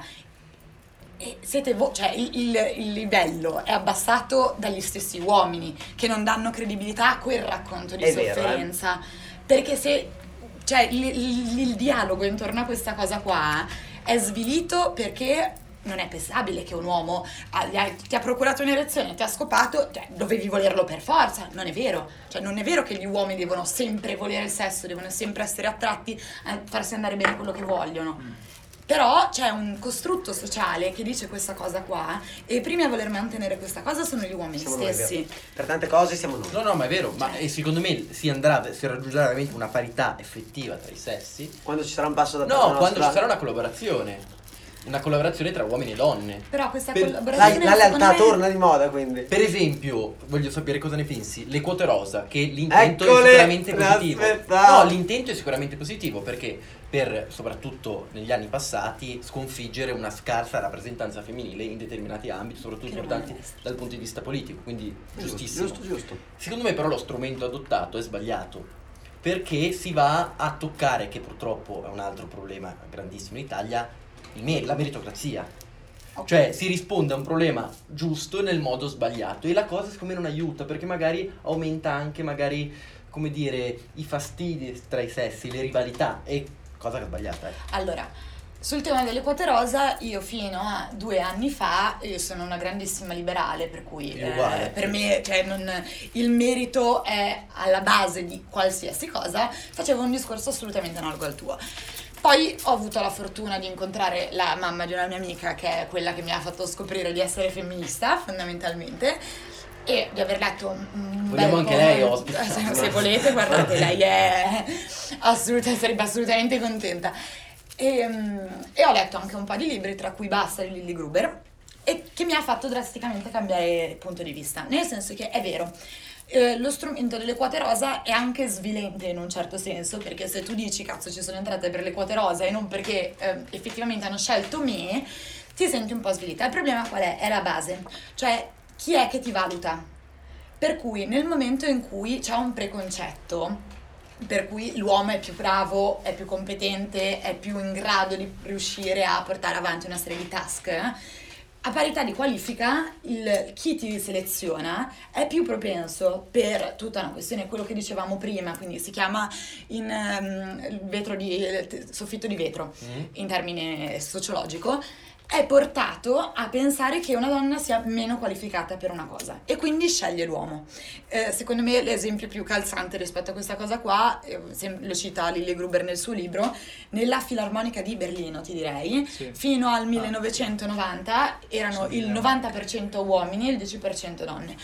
E siete voi, cioè il, il- il livello è abbassato dagli stessi uomini che non danno credibilità a quel racconto di È vero, eh. sofferenza. Perché se, cioè il, il- il dialogo intorno a questa cosa qua è svilito perché non è pensabile che un uomo ha- gli ha- ti ha procurato un'erezione, ti ha scopato, cioè dovevi volerlo per forza. Non è vero. Cioè non è vero che gli uomini devono sempre volere il sesso, devono sempre essere attratti a farsi andare bene quello che vogliono. Però c'è un costrutto sociale che dice questa cosa qua, e i primi a voler mantenere questa cosa sono gli uomini Siamo noi, stessi. vero. Per tante cose siamo noi. No, no, ma è vero, ma eh, secondo me si andrà, si raggiungerà veramente una parità effettiva tra i sessi. Quando ci sarà un passo da No, parte quando nostra- ci sarà una collaborazione. Una collaborazione tra uomini e donne. Però questa Per- La, collaborazione la secondo lealtà me- torna di moda, quindi. Per esempio, voglio sapere cosa ne pensi, le quote rosa, che l'intento Eccole, è sicuramente le positivo. aspettavo. No, l'intento è sicuramente positivo perché per, soprattutto negli anni passati, sconfiggere una scarsa rappresentanza femminile in determinati ambiti, soprattutto Che importanti rimane est. dal punto di vista politico, quindi giustissimo. Giusto, giusto. Secondo me però lo strumento adottato è sbagliato, perché si va a toccare, che purtroppo è un altro problema grandissimo in Italia, il mer- la meritocrazia. Ok. Cioè si risponde a un problema giusto nel modo sbagliato, e la cosa secondo me non aiuta, perché magari aumenta anche magari, come dire, i fastidi tra i sessi, le rivalità, e cosa che è sbagliata, eh. Allora, Sul tema delle quote rosa, io fino a due anni fa, io sono una grandissima liberale, per cui eh, per me cioè, non, il merito è alla base di qualsiasi cosa, facevo un discorso assolutamente analogo al tuo. Poi ho avuto la fortuna di incontrare la mamma di una mia amica, che è quella che mi ha fatto scoprire di essere femminista, fondamentalmente, e di aver letto un, un vogliamo bel anche po', lei ospite, se, se volete, guardate, lei è assoluta, sarebbe assolutamente contenta. E, e ho letto anche un po' di libri, tra cui Basta di Lilly Gruber, e che mi ha fatto drasticamente cambiare punto di vista, nel senso che è vero, eh, lo strumento delle quote rosa è anche svilente in un certo senso, perché se tu dici cazzo ci sono entrate per le quote rosa e non perché eh, effettivamente hanno scelto me, ti senti un po' svilita. Il problema qual è? È la base, cioè chi è che ti valuta? Per cui nel momento in cui c'è un preconcetto per cui l'uomo è più bravo, è più competente, è più in grado di riuscire a portare avanti una serie di task, a parità di qualifica il, chi ti seleziona è più propenso, per tutta una questione, quello che dicevamo prima, quindi si chiama in um, vetro di, soffitto di vetro, mm. in termine sociologico, è portato a pensare che una donna sia meno qualificata per una cosa e quindi sceglie l'uomo. Eh, secondo me l'esempio più calzante rispetto a questa cosa qua, eh, lo cita Lilly Gruber nel suo libro, nella Filarmonica di Berlino, ti direi, sì. fino al millenovecentonovanta erano sì, il novanta per cento uomini e il dieci per cento donne.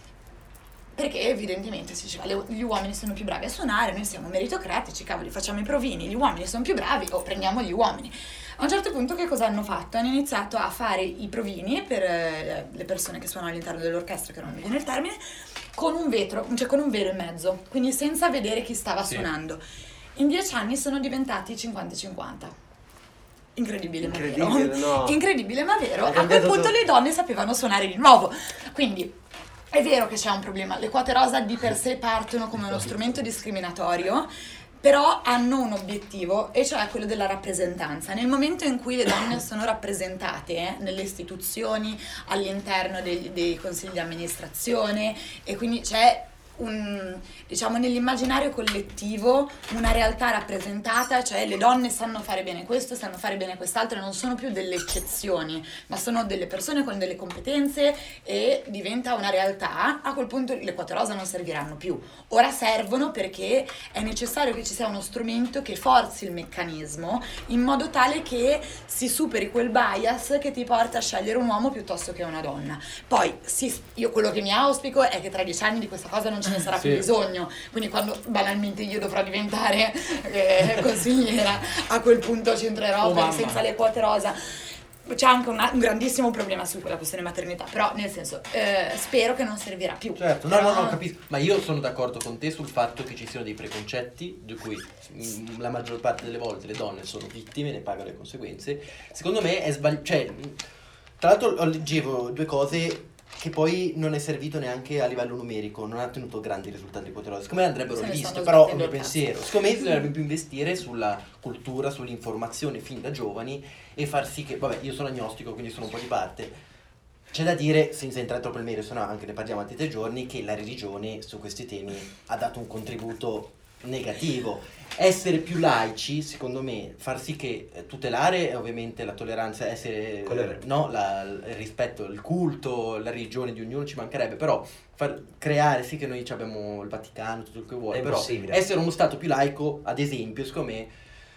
Perché evidentemente si diceva gli uomini sono più bravi a suonare, noi siamo meritocratici, cavoli, facciamo i provini, gli uomini sono più bravi, o prendiamo gli uomini. A un certo punto che cosa hanno fatto? Hanno iniziato a fare i provini per eh, le persone che suonano all'interno dell'orchestra, che non mi viene il termine, con un vetro, cioè con un velo in mezzo, quindi senza vedere chi stava sì. suonando. In dieci anni sono diventati cinquanta cinquanta. Incredibile, Incredibile ma vero. No. Incredibile ma vero. A quel punto le donne sapevano suonare di nuovo. Quindi è vero che c'è un problema, le quote rosa di per sé partono come uno strumento discriminatorio, però hanno un obiettivo, e cioè quello della rappresentanza. Nel momento in cui le donne sono rappresentate eh, nelle istituzioni, all'interno dei, dei consigli di amministrazione, e quindi c'è un, diciamo, nell'immaginario collettivo una realtà rappresentata, cioè le donne sanno fare bene questo, sanno fare bene quest'altro, non sono più delle eccezioni, ma sono delle persone con delle competenze e diventa una realtà. A quel punto le quote rosa non serviranno più. Ora servono perché è necessario che ci sia uno strumento che forzi il meccanismo in modo tale che si superi quel bias che ti porta a scegliere un uomo piuttosto che una donna. Poi sì, io quello che mi auspico è che tra dieci anni di questa cosa non ce ne sarà sì. più bisogno, quindi quando banalmente io dovrò diventare eh, consigliera, a quel punto ci entrerò, oh, senza le quote rosa. C'è anche una, un grandissimo problema su quella questione maternità, però nel senso eh, spero che non servirà più. Certo, no, però... no, no, capisco, ma io sono d'accordo con te sul fatto che ci siano dei preconcetti di cui la maggior parte delle volte le donne sono vittime, ne pagano le conseguenze. Secondo me è sbagliato, cioè, tra l'altro leggevo due cose che poi non è servito neanche a livello numerico, non ha ottenuto grandi risultati di quote rosa. Secondo me andrebbero riviste, però un mio pensiero. Secondo me bisognerebbe più investire sulla cultura, sull'informazione fin da giovani e far sì che, vabbè, io sono agnostico, quindi sono un po' di parte. C'è da dire, senza entrare troppo nel merito, se no anche ne parliamo altri tre giorni, che la religione su questi temi ha dato un contributo negativo. Essere più laici, secondo me, far sì che tutelare ovviamente la tolleranza, essere no, la, il rispetto, il culto, la religione di ognuno ci mancherebbe, però far creare sì che noi abbiamo il Vaticano, tutto il che vuole, però essere uno stato più laico, ad esempio, secondo me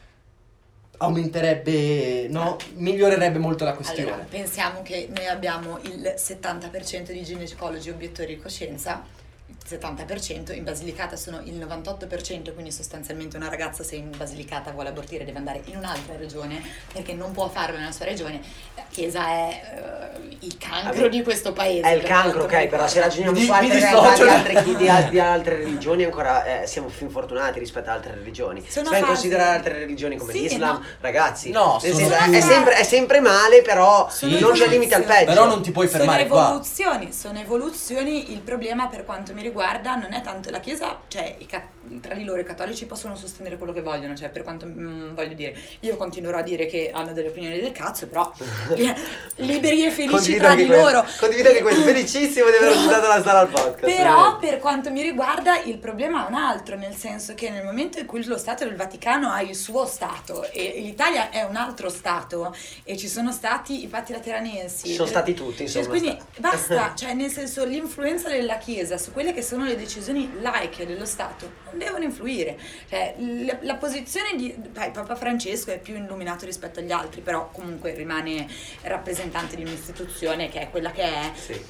aumenterebbe, no, migliorerebbe molto la questione. Allora, pensiamo che noi abbiamo il settanta per cento di ginecologi obiettori di coscienza, settanta per cento, in Basilicata sono il novantotto per cento, quindi sostanzialmente una ragazza se in Basilicata vuole abortire deve andare in un'altra regione perché non può farlo nella sua regione. La Chiesa è uh, il cancro ah, di questo paese. È il cancro, ok, però se ragioniamo su altre realtà di altre, di, di altre religioni ancora eh, siamo più fortunati rispetto ad altre religioni. Sono si può considerare altre religioni come sì, l'Islam, no. ragazzi, no, sono senso, è, sempre, è sempre male, però sì, non c'è limite al peggio. Però non ti puoi fermare sono evoluzioni, qua. Sono evoluzioni, il problema per quanto mi riguarda riguarda non è tanto la Chiesa, cioè i ca- tra di loro i cattolici possono sostenere quello che vogliono, cioè per quanto mm, voglio dire, io continuerò a dire che hanno delle opinioni del cazzo, però liberi e felici Condivido tra anche di questo. loro. Condivido anche questo, felicissimo di aver ospitato la Sala al podcast. Però per quanto mi riguarda il problema è un altro, nel senso che nel momento in cui lo Stato del Vaticano ha il suo Stato e l'Italia è un altro Stato e ci sono stati i patti lateranensi, Ci sono stati tutti, insomma. quindi basta, cioè nel senso l'influenza della Chiesa su quelle che sono le decisioni laiche dello Stato non devono influire, cioè la, la posizione di dai, Papa Francesco è più illuminato rispetto agli altri, però comunque rimane rappresentante di un'istituzione che è quella che è. Sì.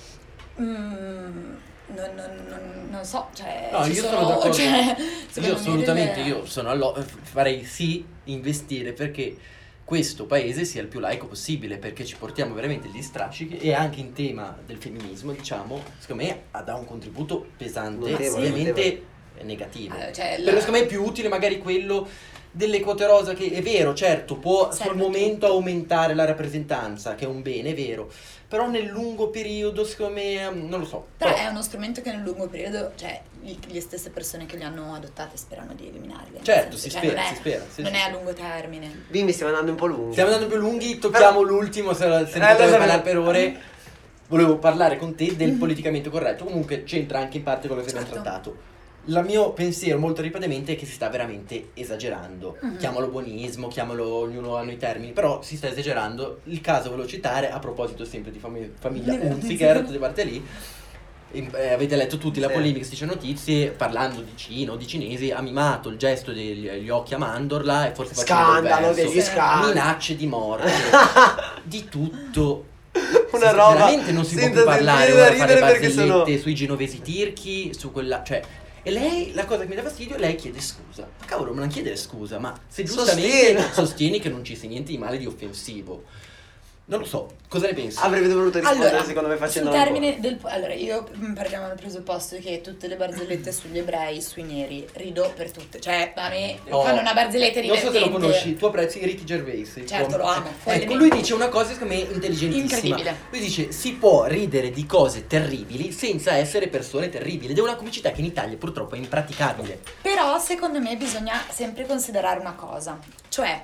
Mm, non, non, non, non so, cioè No, ci io sono, sono d'accordo. cioè, Io secondo me assolutamente, delle- io sono allo- farei sì investire perché questo paese sia il più laico possibile, perché ci portiamo veramente gli strascichi e anche in tema del femminismo, diciamo, secondo me ha dà un contributo pesante, Notevole, ovviamente notevole. negativo. Eh, cioè, la- Però secondo me è più utile magari quello delle quote rosa, che è vero, certo, può Serve sul momento aumentare la rappresentanza, che è un bene, è vero, però nel lungo periodo secondo me, non lo so. Però però- è uno strumento che nel lungo periodo, cioè gli- le stesse persone che li hanno adottate sperano di eliminarli. nel Certo, senso, si cioè, spera, non è, si spera, sì, non sì, è a sì. lungo termine. Bimbi, stiamo andando un po' lunghi. Stiamo andando più lunghi, tocchiamo l'ultimo, se, se ne Eh, lo poteva sapevo. parlare per ore. Volevo parlare con te del politicamente corretto, comunque c'entra anche in parte quello che abbiamo Certo. trattato. Il mio pensiero molto ripetamente è che si sta veramente esagerando. Mhm. Chiamalo buonismo, chiamalo, ognuno hanno i termini, però si sta esagerando. Il caso volevo citare, a proposito sempre di fami- famiglia Sì. Hunziker, tutte parte lì. In- eh, avete letto tutti la Sì. polemica Striscia Notizie, parlando di Cina o di cinesi, ha mimato il gesto degli gli occhi a mandorla e forse facendo il Scandalo verso. degli scandali. Minacce di morte, di tutto. Una Sì, roba veramente non si può senza più parlare sentire da ora, fare ridere perché barzellette sono- sui genovesi tirchi, su quella, cioè, e lei, la cosa che mi dà fastidio, lei chiede scusa. Ma cavolo, ma non chiedere scusa, ma se giustamente Sostiene. sostieni che non ci sia niente di male, di offensivo. Non lo so, cosa ne pensi? Avrebbe dovuto rispondere Allora, secondo me facendo sul un termine del allora io mm, partiamo dal presupposto che tutte le barzellette sugli ebrei, sui neri, rido per tutte, cioè a me Oh, fanno una barzelletta non so divertente. se lo conosci, tu apprezzi Ricky Gervais. Certo, lo amo, Ecco, follemente. lui dice una cosa secondo me intelligentissima. Incredibile. Lui dice si può ridere di cose terribili senza essere persone terribili, ed è una comicità che in Italia purtroppo è impraticabile. Però secondo me bisogna sempre considerare una cosa, cioè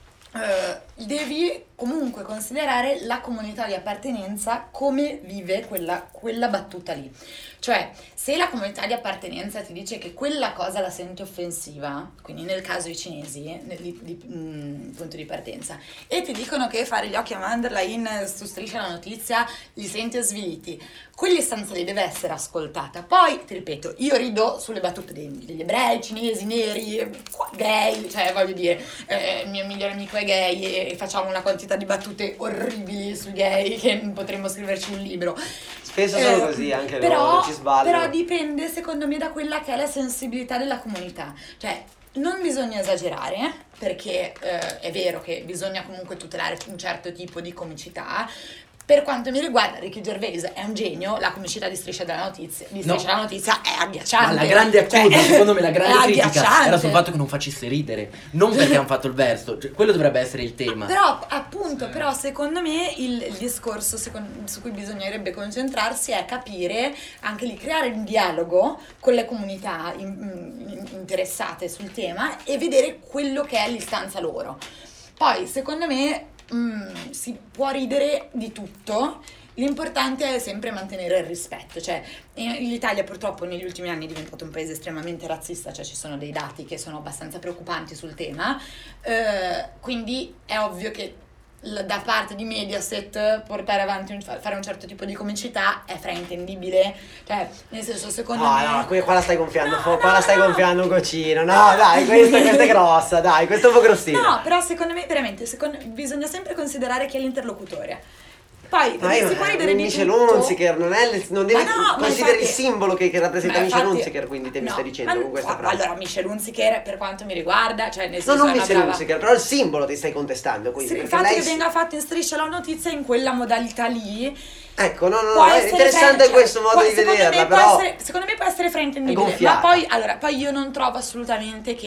eh, devi comunque considerare la comunità di appartenenza come vive quella, quella battuta lì. Cioè, se la comunità di appartenenza ti dice che quella cosa la sente offensiva, quindi nel caso i cinesi, nel di, di, mh, punto di partenza, e ti dicono che fare gli occhi a mandorla in su Striscia la Notizia li senti sviliti, quell'istanza lì deve essere ascoltata. Poi, ti ripeto, io rido sulle battute dei- degli ebrei, cinesi, neri, qua- gay, cioè voglio dire, eh, il mio migliore amico è gay e, e facciamo una quantità di battute orribili sui gay che potremmo scriverci un libro. Spesso sono Eh, così, anche però, loro ci sbagliano. però dipende secondo me da quella che è la sensibilità della comunità. Cioè, non bisogna esagerare, perché eh, è vero che bisogna comunque tutelare un certo tipo di comicità. Per quanto mi riguarda, Ricky Gervais è un genio, la comicità di Striscia della Notizia, di No. Striscia la Notizia è agghiacciante. Ma la grande accusa, Cioè, secondo me la grande è critica agghiacciante. era sul fatto che non facesse ridere, non perché hanno fatto il verso, cioè, quello dovrebbe essere il tema. Però appunto, però secondo me il, il discorso secon- su cui bisognerebbe concentrarsi è capire, anche lì creare un dialogo con le comunità in- in- interessate sul tema e vedere quello che è l'istanza loro. Poi secondo me mm, si può ridere di tutto. L'importante è sempre mantenere il rispetto, cioè in- l'Italia purtroppo negli ultimi anni è diventato un paese estremamente razzista, cioè ci sono dei dati che sono abbastanza preoccupanti sul tema, eh, quindi è ovvio che l- da parte di Mediaset portare avanti un, fa- fare un certo tipo di comicità è fraintendibile, cioè nel senso secondo No, me no, qui- qua la stai gonfiando, No, fo- no, qua la stai no. gonfiando un goccino. No, dai, questa, questa è grossa, dai, questa è un po' grossina. No, però secondo me veramente secondo- bisogna sempre considerare chi è l'interlocutore. Poi Ma io, si può ridere di Michel tutto. Hunziker non è il- non devi Ma no, ma consideri il infatti- simbolo che, che rappresenta Ma Michel infatti- Hunziker, quindi te mi no, stai dicendo ma- con questa ah, frase. allora Michel Hunziker per quanto mi riguarda, cioè nel No, senso non è una Michel brava- Hunziker, però il simbolo ti stai contestando, quindi Se il perché fatto lei che si- venga fatto in Striscia la Notizia in quella modalità lì Ecco, no, no, può no, è essere interessante fra- cioè, questo modo può- di secondo vederla, me può però essere- secondo me può essere fraintendibile, È gonfiata. ma poi allora poi io non trovo assolutamente che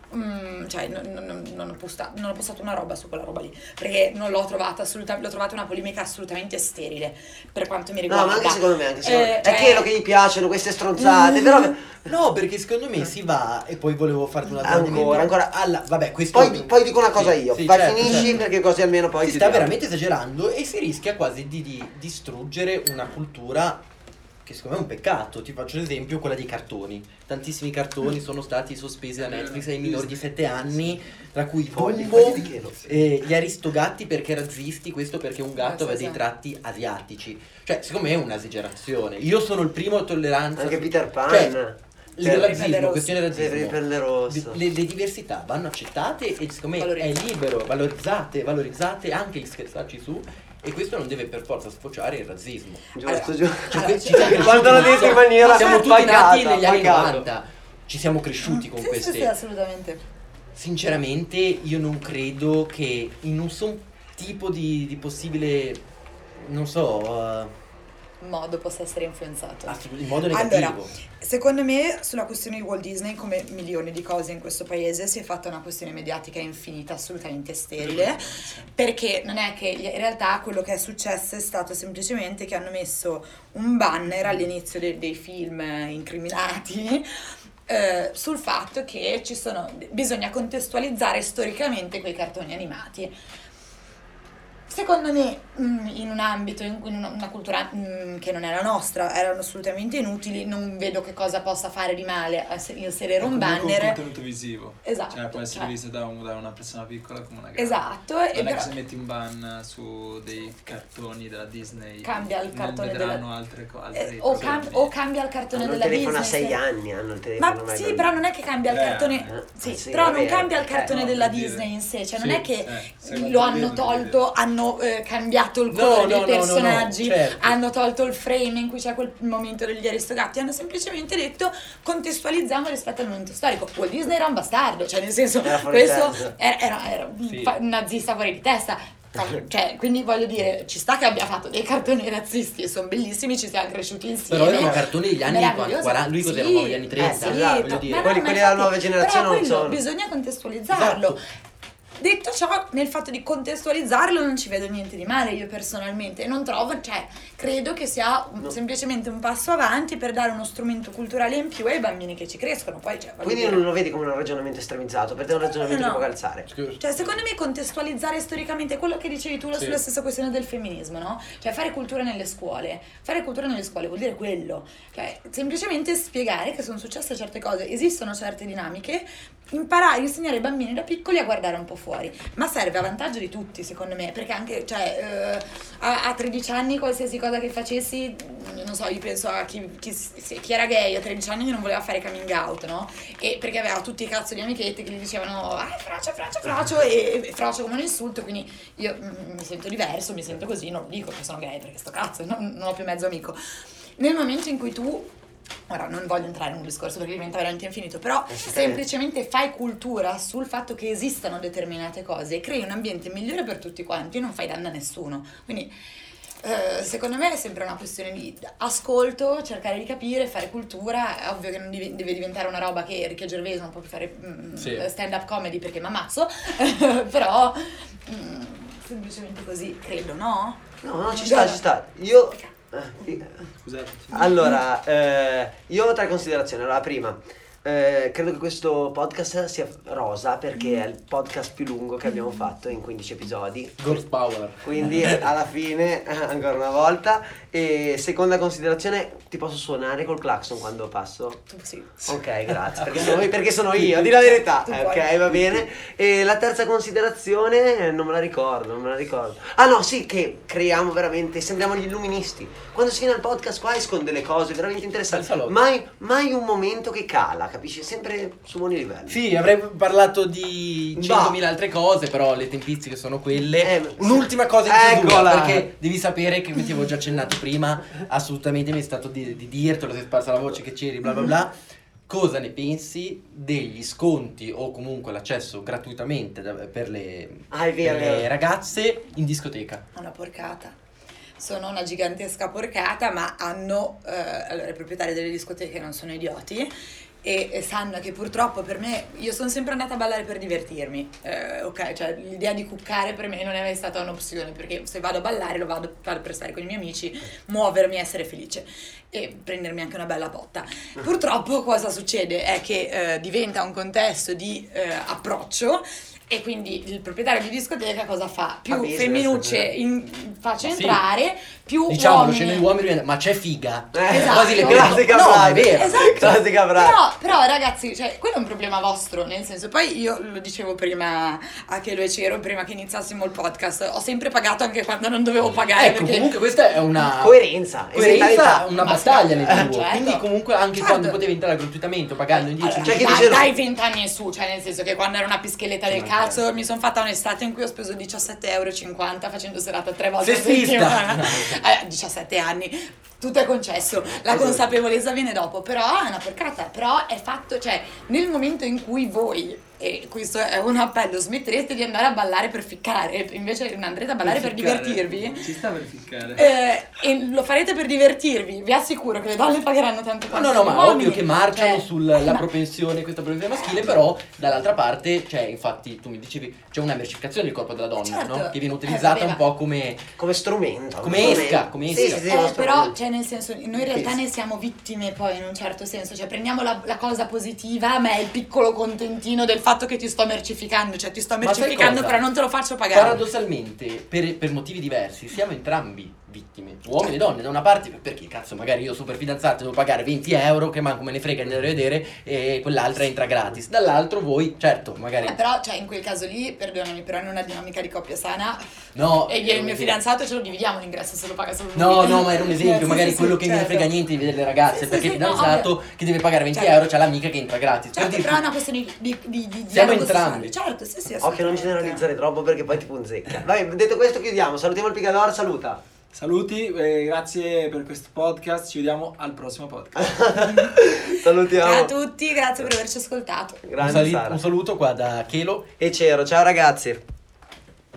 mm, cioè non, non, non, ho postato, non ho postato una roba su quella roba lì, perché non l'ho trovata assolutamente, l'ho trovata una polemica assolutamente sterile per quanto mi riguarda. No, ma anche secondo me, anche secondo Eh, me. cioè- È Chelo che gli piacciono queste stronzate, però... No, perché secondo me si va, e poi volevo farti una domanda. Ancora, ancora. Alla, vabbè, questo... Poi, poi dico una cosa Sì, io, sì, vai, certo, finisci certo. perché così almeno poi Si sta chiudiamo. veramente esagerando e si rischia quasi di, di distruggere una cultura che secondo me è un peccato. Ti faccio l'esempio, quella dei cartoni. Tantissimi cartoni sono stati sospesi da Netflix ai minori di sette anni, tra cui Fogli, Dumbo, fogli di Chelo. e gli Aristogatti perché razzisti, questo perché un gatto Sì, aveva sì, dei sì. tratti asiatici. Cioè, secondo me è un'esagerazione. Io sono il primo a tolleranza. Anche Peter Pan. Cioè, il Cioè, razzismo, Pelle questione Sì, per il razzismo. pelle rossa. Le, le diversità vanno accettate e secondo me è Valorizzate. libero, valorizzate, valorizzate anche gli scherzarci su, e questo non deve per forza sfociare in razzismo. Giusto, Allora, giusto. Cioè, Allora, ci siamo Quando l'ho cresciuti- detto in maniera siamo tutti pagata, nati negli anni pagata. novanta, ci siamo cresciuti con sì, queste. sì, sì, assolutamente. Sinceramente io non credo che in un son tipo di, di possibile, non so, uh, Modo possa essere influenzato. assolut- in modo negativo. Allora, secondo me sulla questione di Walt Disney, come milioni di cose in questo paese, si è fatta una questione mediatica infinita, assolutamente sterile, perché non è che in realtà quello che è successo è stato semplicemente che hanno messo un banner all'inizio de- dei film incriminati eh, sul fatto che ci sono, bisogna contestualizzare storicamente quei cartoni animati. Secondo me, mh, in un ambito, in in una, una cultura mh, che non è la nostra, erano assolutamente inutili. Non vedo che cosa possa fare di male a se- inserire un Comunque banner. un contenuto visivo. Esatto, Cioè può essere cioè- visto da, un- da una persona piccola come una grande. Esatto, Non e è però che se metti un ban su dei cartoni della Disney cambia il cartone non vedranno della- altre cose. eh, o, cam- o cambia il cartone Hanno il della telefono Disney. a sei se- anni, hanno il telefono Ma ormai sì, bambini. però non è che cambia il Eh, cartone. eh, Sì, sì, però va non bene, cambia il ok. cartone No, della per dire. Disney in sé, cioè Sì, non è che eh, se lo non hanno per tolto, hanno eh, cambiato il No, colore no, dei no, no, no, personaggi, certo. hanno tolto il frame in cui c'è quel momento degli Aristogatti, hanno semplicemente detto contestualizziamo rispetto al momento storico. Walt Disney era un bastardo, cioè nel senso Era fuori di questo testa. era, era, era un Sì. fa- un nazista fuori di testa. Cioè, quindi voglio dire, ci sta che abbia fatto dei cartoni razzisti e sono bellissimi, ci siamo cresciuti insieme. Però erano cartoni degli anni Meraviglioso. quaranta, lui cos'era, Sì, degli anni trenta, eh, sì, esatto, voglio ma dire. no, Quelli- ma quelli della infatti- nuova generazione però non quello sono. bisogna contestualizzarlo. Esatto. Detto ciò, nel fatto di contestualizzarlo non ci vedo niente di male io personalmente, e non trovo, cioè, credo che sia un- No. semplicemente un passo avanti per dare uno strumento culturale in più ai bambini che ci crescono, poi cioè, voglio Quindi dire- non lo vedi come un ragionamento estremizzato, per te è un ragionamento No, no. che può calzare. Cioè, secondo me contestualizzare storicamente quello che dicevi tu Sì. sulla stessa questione del femminismo, no? Cioè, fare cultura nelle scuole. Fare cultura nelle scuole vuol dire quello. Cioè, semplicemente spiegare che sono successe certe cose, esistono certe dinamiche, imparare, insegnare ai bambini da piccoli a guardare un po' fuori. Ma serve a vantaggio di tutti, secondo me, perché anche, cioè, eh, a, a tredici anni qualsiasi cosa che facessi, non so, io penso a chi, chi, sì, chi era gay a tredici anni che non voleva fare coming out, no? E perché aveva tutti i cazzo di amichetti che gli dicevano ah, frocio, frocio, frocio, e, e frocio come un insulto, quindi io mm, mi sento diverso, mi sento così, non lo dico che sono gay perché sto cazzo, non, non ho più mezzo amico. Nel momento in cui tu, ora non voglio entrare in un discorso perché diventa veramente infinito, però Eh sì, semplicemente fai cultura sul fatto che esistano determinate cose e crei un ambiente migliore per tutti quanti e non fai danno a nessuno. Quindi eh, secondo me è sempre una questione di ascolto, cercare di capire, fare cultura. È ovvio che non div- deve diventare una roba che Ricky Gervais non può più fare mm, Sì. stand up comedy perché mi ammazzo, però mm, semplicemente così credo, no? No, no, ci sta, ci sta. Io... eh, Scusate. Allora, eh, io ho tre considerazioni. Allora, la prima, eh, credo che questo podcast sia rosa perché è il podcast più lungo che abbiamo fatto in quindici episodi. Girls Power. Quindi alla fine, ancora una volta. E seconda considerazione, ti posso suonare col clacson quando passo? Tu sì. Ok, grazie, perché sono, perché sono io, di la verità. Tu Eh, puoi. ok, va bene. E la terza considerazione, eh, non me la ricordo, non me la ricordo. Ah no, sì, che creiamo veramente, sembriamo gli illuministi. Quando si viene al podcast qua escono delle cose veramente interessanti. Al salotto. Mai, mai un momento che cala, capisci? Sempre su buoni livelli. Sì, avrei parlato di Bah. centomila altre cose, però le tempistiche sono quelle. Eh, Un'ultima cosa in chiusura, eccola. perché devi sapere che mi ti avevo già accennato prima, assolutamente mi è stato di, di dirtelo, si è sparsa la voce che c'eri, bla bla bla. Cosa ne pensi degli sconti o comunque l'accesso gratuitamente da- per le, Ah, è vero, per è le vero. ragazze in discoteca? È una porcata. sono una gigantesca porcata, ma hanno, eh, allora i proprietari delle discoteche non sono idioti e, e sanno che purtroppo per me, io sono sempre andata a ballare per divertirmi, eh, ok, cioè l'idea di cuccare per me non è mai stata un'opzione, perché se vado a ballare lo vado, vado per stare con i miei amici, muovermi, essere felice e prendermi anche una bella botta. Purtroppo cosa succede è che eh, diventa un contesto di eh, approccio. E quindi il proprietario di discoteca cosa fa? Più business, femminucce eh. in, faccia Ma sì. entrare, più Diciamolo, uomini. ce n'è uomini, ma c'è figa. Eh, Esatto. Quasi le classica no, frase. è vero. Esatto. Classica frase. Però, però ragazzi, cioè, quello è un problema vostro, nel senso, poi io lo dicevo prima a Chelo e Cero, prima che iniziassimo il podcast, ho sempre pagato anche quando non dovevo pagare. Ecco, perché... comunque questa è una Coerenza, coerenza, esentaneità. una Ma battaglia nel sì, tuo. certo. Quindi comunque anche Certo. quando potevi entrare gratuitamente pagando in dieci Allora, C'è chi dai, dice no. dai vent'anni e su, cioè nel senso che quando era una pischelletta del Sì, cazzo mi sono fatta un'estate in cui ho speso diciassette euro e cinquanta facendo serata tre volte a Sessista. settimana. No. Eh, diciassette anni, tutto è concesso, la Esatto. consapevolezza viene dopo, però è una porcata, però è fatto, cioè nel momento in cui voi, e questo è un appello, smetterete di andare a ballare per ficcare, invece andrete a ballare per, ficcare. divertirvi, Ci sta per ficcare. eh, e lo farete per divertirvi, vi assicuro che le donne pagheranno tanto No, quanto no, no, gli ma uomini. ovvio che marciano Cioè, sulla ma- propensione, questa propensione maschile, però dall'altra parte, cioè, infatti, tu mi dicevi, c'è una mercificazione del corpo della donna, Certo. no? Che viene Eh, utilizzata vabbè, un po' come... Come strumento. Come strumento. esca, come Sì, esca. sì, sì, Eh, uno però, strumento. cioè, nel senso, noi in realtà ne siamo vittime poi in un certo senso, cioè prendiamo la, la cosa positiva, ma è il piccolo contentino del fatto che ti sto mercificando, cioè ti sto Ma sai mercificando cosa? però non te lo faccio pagare. Paradossalmente, per, per motivi diversi, siamo entrambi vittime, uomini e donne. Da una parte, perché cazzo, magari io super fidanzato devo pagare venti euro, che manco me ne frega di andare a vedere, e quell'altra entra gratis. Dall'altro voi, certo, magari... Eh, però, cioè, in quel caso lì, perdonami, però in una dinamica di coppia sana, No, e io e era il un mio esempio. fidanzato ce lo dividiamo l'ingresso se lo paga solo lui. No, no, ma era un esempio, Eh, sì, magari sì, quello sì, che non certo. ne frega niente di vedere le ragazze, Sì, sì, perché sì, il no, fidanzato ovvio. che deve pagare venti Certo. euro c'ha l'amica che entra gratis. Per Certo, dirti- però è una questione di, di, di, di Siamo dialogo entrambi. sociale. Certo, sì, sì, Occhio a non assolutamente. generalizzare troppo perché poi ti punzecca. Vai, detto questo chiudiamo, salutiamo il Picador, saluta. Saluti, eh, grazie per questo podcast, ci vediamo al prossimo podcast. Salutiamo. Ciao a tutti, grazie per averci ascoltato. Un, Grande sali- Sara. un saluto qua da Chelo. E Cero, ciao ragazzi.